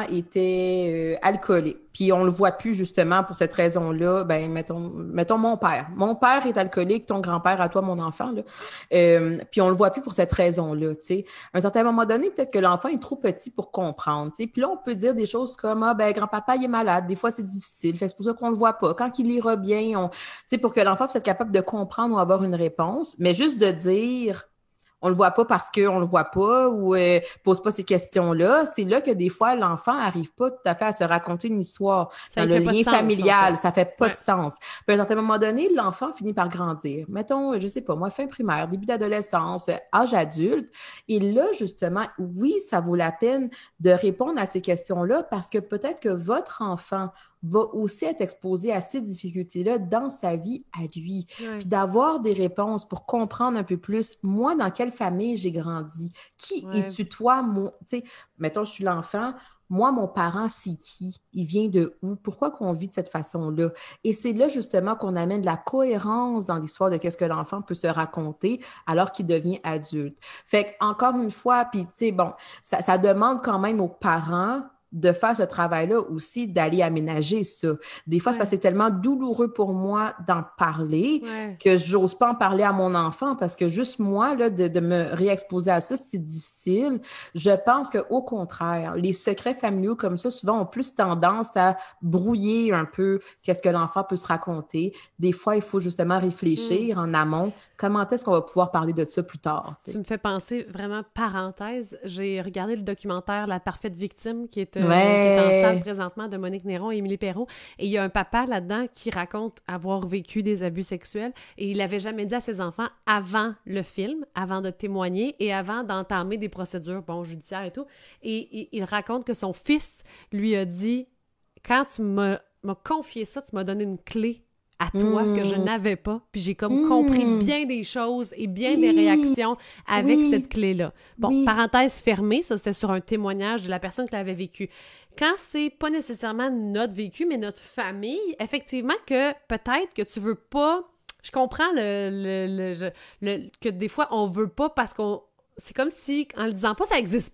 était euh, alcoolique, puis on le voit plus justement pour cette raison-là, ben mettons, mettons mon père. Mon père est alcoolique, ton grand-père à toi, mon enfant, là. Euh, puis on le voit plus pour cette raison-là, tu sais. À un certain moment donné, peut-être que l'enfant est trop petit pour comprendre, tu sais. Puis là, on peut dire des choses comme « Ah, ben grand-papa, il est malade. Des fois, c'est difficile. Fait que c'est pour ça qu'on le voit pas. Quand il ira bien, on... » Tu sais, pour que l'enfant puisse être capable de comprendre ou avoir une réponse. Mais juste de dire... on le voit pas parce qu'on le voit pas ou euh, pose pas ces questions-là. C'est là que des fois, l'enfant arrive pas tout à fait à se raconter une histoire ça dans le lien familial. Sens, ça fait pas ouais. de sens. Puis à un certain moment donné, l'enfant finit par grandir. Mettons, je sais pas, moi, fin primaire, début d'adolescence, âge adulte. Et là, justement, oui, ça vaut la peine de répondre à ces questions-là parce que peut-être que votre enfant va aussi être exposé à ces difficultés-là dans sa vie à lui. Ouais. Puis d'avoir des réponses pour comprendre un peu plus, moi, dans quelle famille j'ai grandi? Qui ouais. es-tu, toi? Mon... Tu sais, mettons, je suis l'enfant. Moi, mon parent, c'est qui? Il vient de où? Pourquoi qu'on vit de cette façon-là? Et c'est là, justement, qu'on amène de la cohérence dans l'histoire de qu'est-ce que l'enfant peut se raconter alors qu'il devient adulte. Fait qu'encore une fois, puis tu sais, bon, ça, ça demande quand même aux parents de faire ce travail-là aussi, d'aller aménager ça. Des fois, ouais. c'est parce que c'est tellement douloureux pour moi d'en parler ouais. que j'ose pas en parler à mon enfant parce que juste moi, là, de, de me réexposer à ça, c'est difficile. Je pense qu'au contraire, les secrets familiaux comme ça, souvent, ont plus tendance à brouiller un peu qu'est-ce que l'enfant peut se raconter. Des fois, il faut justement réfléchir mm. en amont. Comment est-ce qu'on va pouvoir parler de ça plus tard? T'sais? Tu me fais penser, vraiment, parenthèse, j'ai regardé le documentaire « La parfaite victime » qui est... Ouais. qui est en salle présentement de Monique Néron et Émilie Perrault. Et il y a un papa là-dedans qui raconte avoir vécu des abus sexuels et il l'avait jamais dit à ses enfants avant le film, avant de témoigner et avant d'entamer des procédures, bon, judiciaires et tout. Et, et il raconte que son fils lui a dit « Quand tu m'as, m'as confié ça, tu m'as donné une clé à toi mmh. que je n'avais pas. Puis j'ai comme mmh. compris bien des choses et bien oui. des réactions avec oui. cette clé-là. » Bon, oui. parenthèse fermée, ça c'était sur un témoignage de la personne qui l'avait vécu. Quand c'est pas nécessairement notre vécu, mais notre famille, effectivement que peut-être que tu veux pas... Je comprends le, le, le, le, le que des fois on veut pas parce qu'on... C'est comme si, en le disant pas, ça existe pas.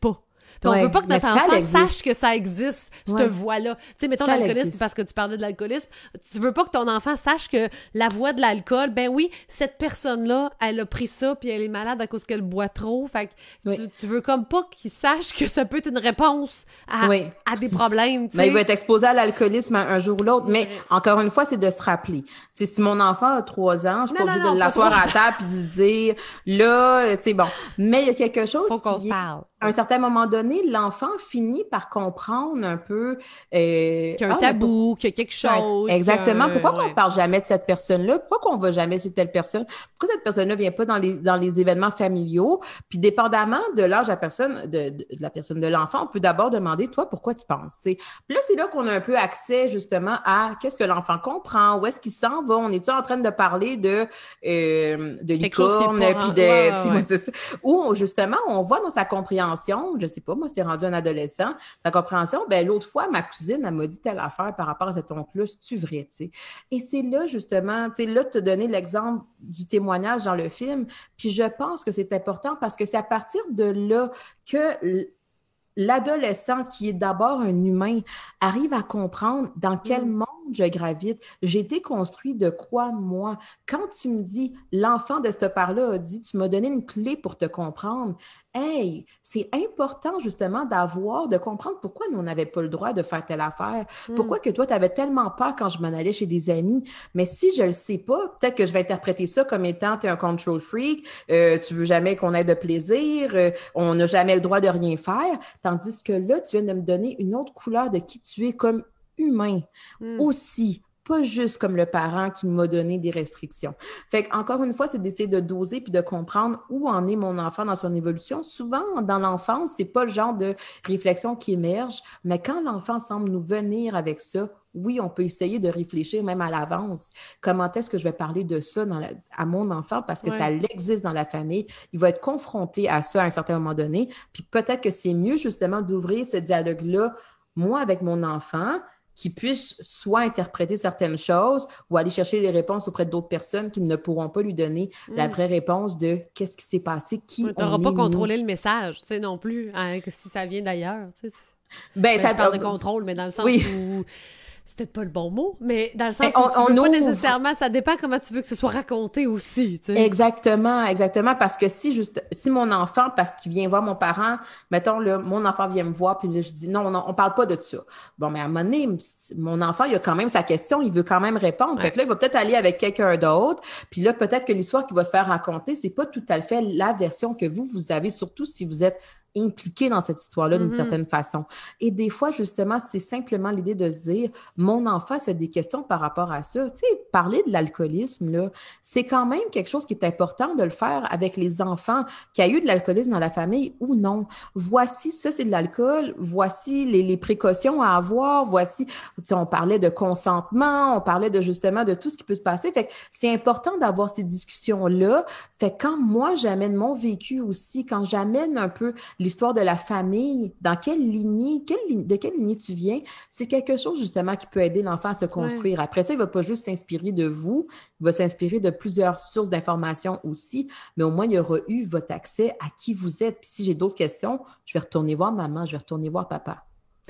Puis ouais, on veut pas que notre enfant existe. sache que ça existe, cette ouais. voie-là. Tu sais, mettons ça l'alcoolisme, existe. parce que tu parlais de l'alcoolisme, tu veux pas que ton enfant sache que la voie de l'alcool, ben oui, cette personne-là, elle a pris ça, puis elle est malade à cause qu'elle boit trop. Fait que oui. tu, tu veux comme pas qu'il sache que ça peut être une réponse à, oui. à des problèmes, tu sais. Mais il va être exposé à l'alcoolisme un, un jour ou l'autre. Oui. Mais encore une fois, c'est de se rappeler. Tu sais, si mon enfant a trois ans, je suis pas Non, obligée non, de non, l'asseoir pas à table puis de dire, là, tu sais, bon. Mais il y a quelque chose Faut qu'on qui se est... parle. À un certain moment donné, l'enfant finit par comprendre un peu... Euh, Qu'il y a un ah, mais tabou, pour- qu'il y a quelque chose. Exactement. qu'il y a un- Pourquoi ouais. on parle jamais de cette personne-là? Pourquoi qu'on va jamais sur telle personne? Pourquoi cette personne-là vient pas dans les, dans les événements familiaux? Puis dépendamment de l'âge de la personne, de, de, de la personne, de l'enfant, on peut d'abord demander, toi, pourquoi tu penses? T'sais? Puis là, c'est là qu'on a un peu accès justement à qu'est-ce que l'enfant comprend, où est-ce qu'il s'en va? On est-tu en train de parler de, euh, de licorne, puis de... Ouais, ouais, ouais. C'est ça. Où on, justement, on voit dans sa compréhension, je sais pas, moi, c'est rendu un adolescent, sa compréhension, ben l'autre fois, ma cousine, elle m'a dit telle affaire par rapport à cet oncle-là, c'est-tu vrai, tu sais? Et c'est là, justement, tu sais, là, tu as donné l'exemple du témoignage dans le film, puis je pense que c'est important parce que c'est à partir de là que l'adolescent, qui est d'abord un humain, arrive à comprendre dans quel Mm. monde je gravite. J'ai été construit de quoi, moi? Quand tu me dis, l'enfant de cette part-là a dit, tu m'as donné une clé pour te comprendre. Hey, c'est important justement d'avoir, de comprendre pourquoi nous, on n'avait pas le droit de faire telle affaire. Mm. Pourquoi que toi, tu avais tellement peur quand je m'en allais chez des amis. Mais si je le sais pas, peut-être que je vais interpréter ça comme étant, tu es un control freak, euh, tu veux jamais qu'on ait de plaisir, euh, on n'a jamais le droit de rien faire. Tandis que là, tu viens de me donner une autre couleur de qui tu es comme humain Mm. aussi. Pas juste comme le parent qui m'a donné des restrictions. Fait qu'encore une fois, c'est d'essayer de doser puis de comprendre où en est mon enfant dans son évolution. Souvent, dans l'enfance, c'est pas le genre de réflexion qui émerge, mais quand l'enfant semble nous venir avec ça, oui, on peut essayer de réfléchir même à l'avance. Comment est-ce que je vais parler de ça dans la, à mon enfant parce que Ouais. ça existe dans la famille. Il va être confronté à ça à un certain moment donné. Puis peut-être que c'est mieux justement d'ouvrir ce dialogue-là, moi avec mon enfant, qui puisse soit interpréter certaines choses ou aller chercher les réponses auprès d'autres personnes qui ne pourront pas lui donner mm. la vraie réponse de qu'est-ce qui s'est passé, qui ouais, on est. Tu n'auras pas contrôlé le message, tu sais, non plus, hein, que si ça vient d'ailleurs, tu sais. Ben, ben, ça je parle de contrôle, mais dans le sens oui. où... C'est peut-être pas le bon mot, mais dans le sens on, où tu on veux pas ouvre... nécessairement, ça dépend comment tu veux que ce soit raconté aussi, tu sais. Exactement, exactement, parce que si juste, si mon enfant, parce qu'il vient voir mon parent, mettons, là, mon enfant vient me voir, puis là, je dis, non, on, on parle pas de ça. Bon, mais à un moment donné, mon enfant, il a quand même sa question, il veut quand même répondre. Ouais. Fait que là, il va peut-être aller avec quelqu'un d'autre, puis là, peut-être que l'histoire qu'il va se faire raconter, c'est pas tout à fait la version que vous, vous avez, surtout si vous êtes impliqué dans cette histoire-là d'une mm-hmm. certaine façon. Et des fois, justement, c'est simplement l'idée de se dire, mon enfant, c'est des questions par rapport à ça. Tu sais, parler de l'alcoolisme, là, c'est quand même quelque chose qui est important de le faire avec les enfants qui a eu de l'alcoolisme dans la famille ou non. Voici, ça, c'est de l'alcool. Voici les, les précautions à avoir. Voici, tu sais, on parlait de consentement, on parlait de justement de tout ce qui peut se passer. Fait que c'est important d'avoir ces discussions-là. Fait que quand moi, j'amène mon vécu aussi, quand j'amène un peu l'histoire de la famille, dans quelle lignée, quelle, de quelle lignée tu viens, c'est quelque chose justement qui peut aider l'enfant à se construire. Ouais. Après ça, il ne va pas juste s'inspirer de vous, il va s'inspirer de plusieurs sources d'informations aussi, mais au moins, il y aura eu votre accès à qui vous êtes. Puis si j'ai d'autres questions, je vais retourner voir maman, je vais retourner voir papa.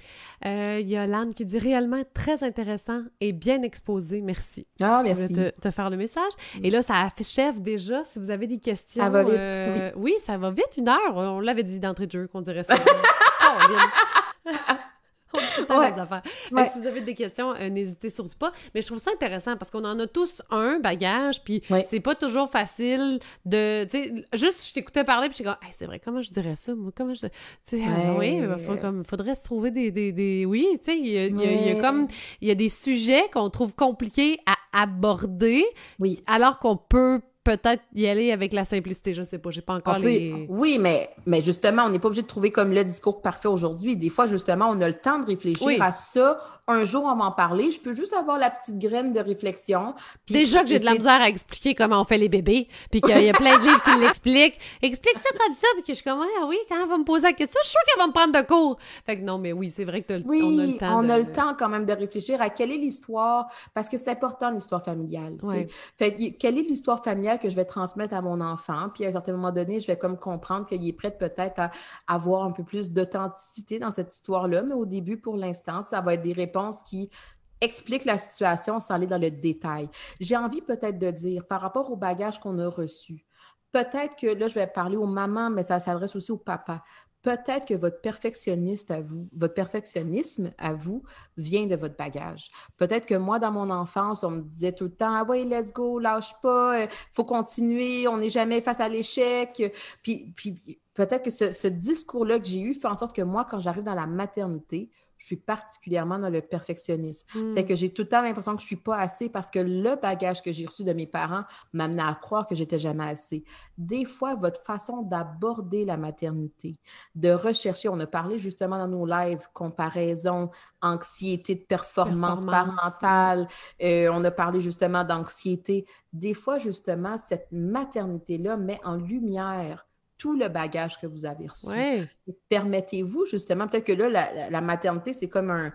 Il euh, y a Lanne qui dit réellement très intéressant et bien exposé. Merci. Ah, merci. Je vais te, te faire le message. Mm. Et là, ça achève déjà. Si vous avez des questions. Ça va vite. Euh, oui. oui, ça va vite. Une heure. On l'avait dit d'entrée de jeu qu'on dirait ça. oh, On dit ouais. des affaires. Ouais. Si vous avez des questions, euh, n'hésitez surtout pas. Mais je trouve ça intéressant parce qu'on en a tous un bagage, puis ouais. c'est pas toujours facile de... Tu sais, juste, je t'écoutais parler, puis j'étais comme, hey, c'est vrai, comment je dirais ça? Moi, comment je... Tu sais, ouais. euh, oui, il faut, comme, faudrait se trouver des... des, des... Oui, tu sais, il y a, ouais. y, y a comme... Il y a des sujets qu'on trouve compliqués à aborder, oui. alors qu'on peut peut-être y aller avec la simplicité, je sais pas, j'ai pas encore on les... Peut, oui, mais, mais justement, on n'est pas obligé de trouver comme le discours parfait aujourd'hui. Des fois, justement, on a le temps de réfléchir oui. à ça. Un jour, on va en parler. Je peux juste avoir la petite graine de réflexion. Puis déjà que j'ai de la misère à expliquer comment on fait les bébés, puis qu'il y a plein de livres qui l'expliquent. Explique ça comme ça, puis que je suis comme, ah oui, quand elle va me poser la question, je suis sûre qu'elle va me prendre de cours. Fait que non, mais oui, c'est vrai que t'as, oui, on a le temps on de... a le temps quand même de réfléchir à quelle est l'histoire, parce que c'est important, l'histoire familiale. Ouais. Fait que quelle est l'histoire familiale bagages que je vais transmettre à mon enfant. Puis à un certain moment donné, je vais comme comprendre qu'il est prêt peut-être à avoir un peu plus d'authenticité dans cette histoire-là. Mais au début, pour l'instant, ça va être des réponses qui expliquent la situation sans aller dans le détail. J'ai envie peut-être de dire, par rapport aux bagages qu'on a reçus, peut-être que là, je vais parler aux mamans, mais ça s'adresse aussi aux papas. Peut-être que votre perfectionniste à vous, votre perfectionnisme à vous vient de votre bagage. Peut-être que moi, dans mon enfance, on me disait tout le temps « Ah ouais, let's go, lâche pas, il faut continuer, on n'est jamais face à l'échec. » Puis, puis peut-être que ce, ce discours-là que j'ai eu fait en sorte que moi, quand j'arrive dans la maternité, je suis particulièrement dans le perfectionnisme. Mm. C'est que j'ai tout le temps l'impression que je ne suis pas assez parce que le bagage que j'ai reçu de mes parents m'amenait à croire que je n'étais jamais assez. Des fois, votre façon d'aborder la maternité, de rechercher, on a parlé justement dans nos lives, comparaison, anxiété de performance, performance. parentale, euh, on a parlé justement d'anxiété. Des fois, justement, cette maternité-là met en lumière tout le bagage que vous avez reçu. Ouais. Permettez-vous, justement, peut-être que là, la, la, la maternité, c'est comme un...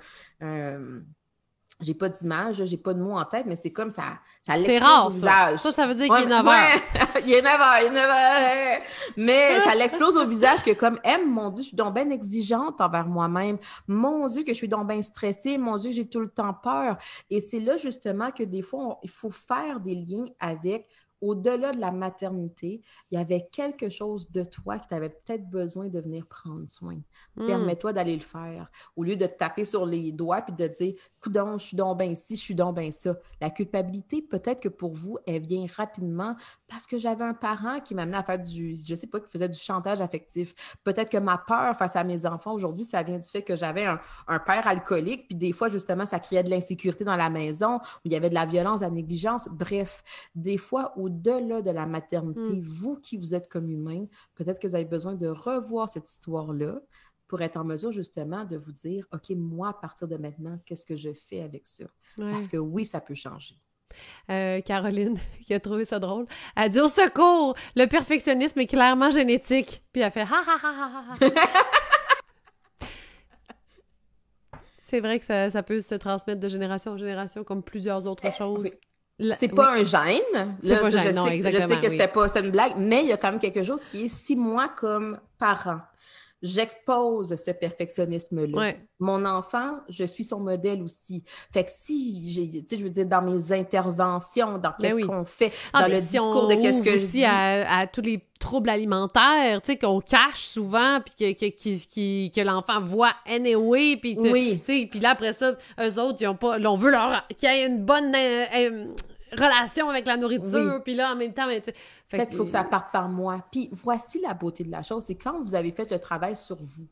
un j'ai pas d'image, j'ai pas de mots en tête, mais c'est comme ça, ça l'explose rare, au visage. Ça, ça veut dire ouais, qu'il est neuf heures. Ouais, il est neuf heures, il est neuf heures. Mais ça l'explose au visage que comme, M, mon Dieu, je suis donc bien exigeante envers moi-même. Mon Dieu, que je suis donc bien stressée. Mon Dieu, j'ai tout le temps peur. Et c'est là, justement, que des fois, on, il faut faire des liens avec... Au-delà de la maternité, il y avait quelque chose de toi qui t'avait peut-être besoin de venir prendre soin. Mm. Permets-toi d'aller le faire. Au lieu de te taper sur les doigts puis de te dire « Coudonc, je suis donc bien ci, je suis donc bien ça ». La culpabilité, peut-être que pour vous, elle vient rapidement parce que j'avais un parent qui m'amenait à faire du, je sais pas, qui faisait du chantage affectif. Peut-être que ma peur face à mes enfants aujourd'hui, ça vient du fait que j'avais un, un père alcoolique puis des fois, justement, ça créait de l'insécurité dans la maison où il y avait de la violence, de la négligence. Bref, des fois, au au-delà de la maternité, mm. vous qui vous êtes comme humain, peut-être que vous avez besoin de revoir cette histoire-là pour être en mesure justement de vous dire, OK, moi, à partir de maintenant, qu'est-ce que je fais avec ça? Ouais. Parce que oui, ça peut changer. Euh, Caroline, qui a trouvé ça drôle, elle dit « Au secours! Le perfectionnisme est clairement génétique. » Puis elle fait « Ha, ha, ha, ha, ha! » C'est vrai que ça, ça peut se transmettre de génération en génération comme plusieurs autres choses. Oui. La... C'est pas oui. un gène. C'est là, pas je, gène, sais non, que, exactement, je sais que oui. c'était pas c'était une blague, mais il y a quand même quelque chose qui est si moi, comme parent, j'expose ce perfectionnisme-là. Ouais. Mon enfant, je suis son modèle aussi. Fait que si, j'ai, tu sais, je veux dire, dans mes interventions, dans qu'est-ce oui. qu'on fait, ah, dans le si discours de qu'est-ce que je dis... à, à tous les troubles alimentaires, tu sais, qu'on cache souvent, puis que, que, que, que, que l'enfant voit anyway, puis oui. tu sais, puis là, après ça, eux autres, ils ont pas... Là, on veut leur... qu'il y ait une bonne... Euh, euh, relation avec la nourriture, oui. puis là, en même temps... Mais fait Peut-être qu'il faut que ça parte par moi. Puis voici la beauté de la chose, c'est quand vous avez fait le travail sur vous.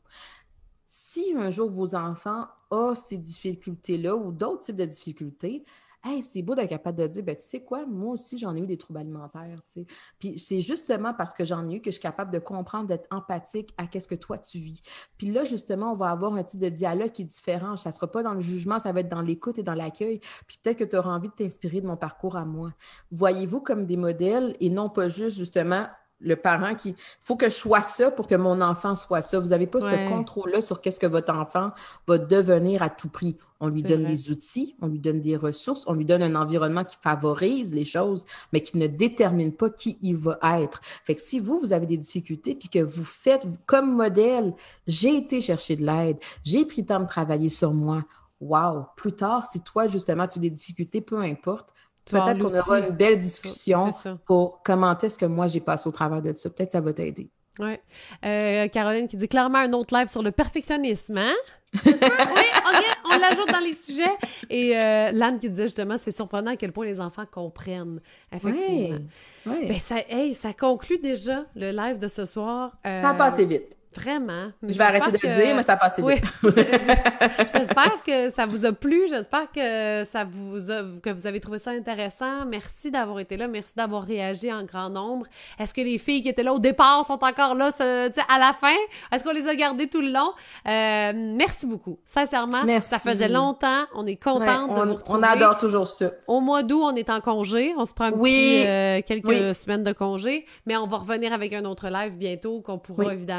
Si un jour vos enfants ont ces difficultés-là ou d'autres types de difficultés, hey, c'est beau d'être capable de dire, ben, tu sais quoi, moi aussi, j'en ai eu des troubles alimentaires, tu sais. Puis c'est justement parce que j'en ai eu que je suis capable de comprendre, d'être empathique à qu'est-ce que toi, tu vis. Puis là, justement, on va avoir un type de dialogue qui est différent. Ça ne sera pas dans le jugement, ça va être dans l'écoute et dans l'accueil. Puis peut-être que tu auras envie de t'inspirer de mon parcours à moi. Voyez-vous comme des modèles et non pas juste, justement, le parent qui... Il faut que je sois ça pour que mon enfant soit ça. Vous n'avez pas ouais. ce contrôle-là sur qu'est-ce que votre enfant va devenir à tout prix. On lui c'est donne vrai. Des outils, on lui donne des ressources, on lui donne un environnement qui favorise les choses, mais qui ne détermine pas qui il va être. Fait que si vous, vous avez des difficultés puis que vous faites comme modèle, j'ai été chercher de l'aide, j'ai pris le temps de travailler sur moi. Wow! Plus tard, si toi, justement, tu as des difficultés, peu importe, tu peut-être qu'on aura une belle discussion pour comment est-ce que moi, j'ai passé au travers de ça. Peut-être que ça va t'aider. Oui. Euh, Caroline qui dit clairement un autre live sur le perfectionnisme, hein? Oui, OK, on l'ajoute dans les sujets. Et euh, Lanne qui disait justement, c'est surprenant à quel point les enfants comprennent. Effectivement. Oui, oui. Ben, ça, hey, ça conclut déjà le live de ce soir. Euh, ça a passé vite. Vraiment. Je vais arrêter de que... le dire, mais ça passe vite. Oui. J'espère que ça vous a plu. J'espère que ça vous a... que vous avez trouvé ça intéressant. Merci d'avoir été là. Merci d'avoir réagi en grand nombre. Est-ce que les filles qui étaient là au départ sont encore là ce... à la fin? Est-ce qu'on les a gardées tout le long? Euh, merci beaucoup. Sincèrement, merci. Ça faisait longtemps. On est contente ouais, on, de vous retrouver. On adore toujours ça. Au mois d'août, on est en congé. On se prend un oui. petit, euh, quelques oui. semaines de congé. Mais on va revenir avec un autre live bientôt qu'on pourra oui. évidemment vous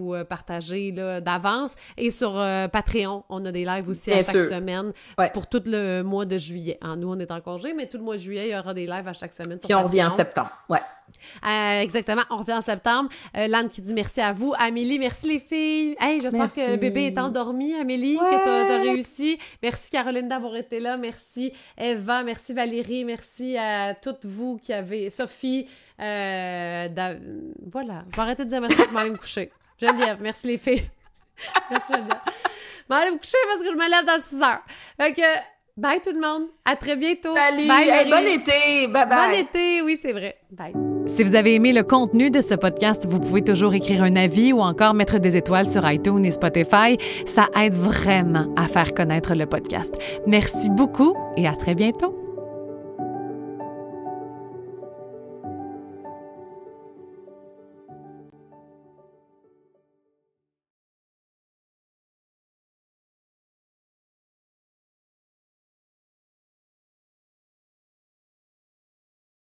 vous partager là, d'avance. Et sur euh, Patreon, on a des lives aussi Bien à chaque sûr. semaine ouais. pour tout le mois de juillet. Hein, nous, on est en congé, mais tout le mois de juillet, il y aura des lives à chaque semaine sur Puis on Patreon. revient en septembre. Ouais. Euh, exactement, on revient en septembre. Euh, Lanne qui dit merci à vous. Amélie, merci les filles. Hey, j'espère merci. que le bébé est endormi, Amélie, ouais. que t'as, t'as réussi. Merci Caroline d'avoir été là. Merci Eva, merci Valérie, merci à toutes vous qui avez... Sophie, euh, da... voilà. Je vais arrêter de dire merci pour m'aller me coucher. Geneviève, merci les filles. Merci Geneviève. Je vais aller me coucher parce que je me lève dans six heures. Fait que... Bye tout le monde. À très bientôt. Salut. Bye, hey, bon été. Bye bye. Bon été. Oui, c'est vrai. Bye. Si vous avez aimé le contenu de ce podcast, vous pouvez toujours écrire un avis ou encore mettre des étoiles sur iTunes et Spotify. Ça aide vraiment à faire connaître le podcast. Merci beaucoup et à très bientôt.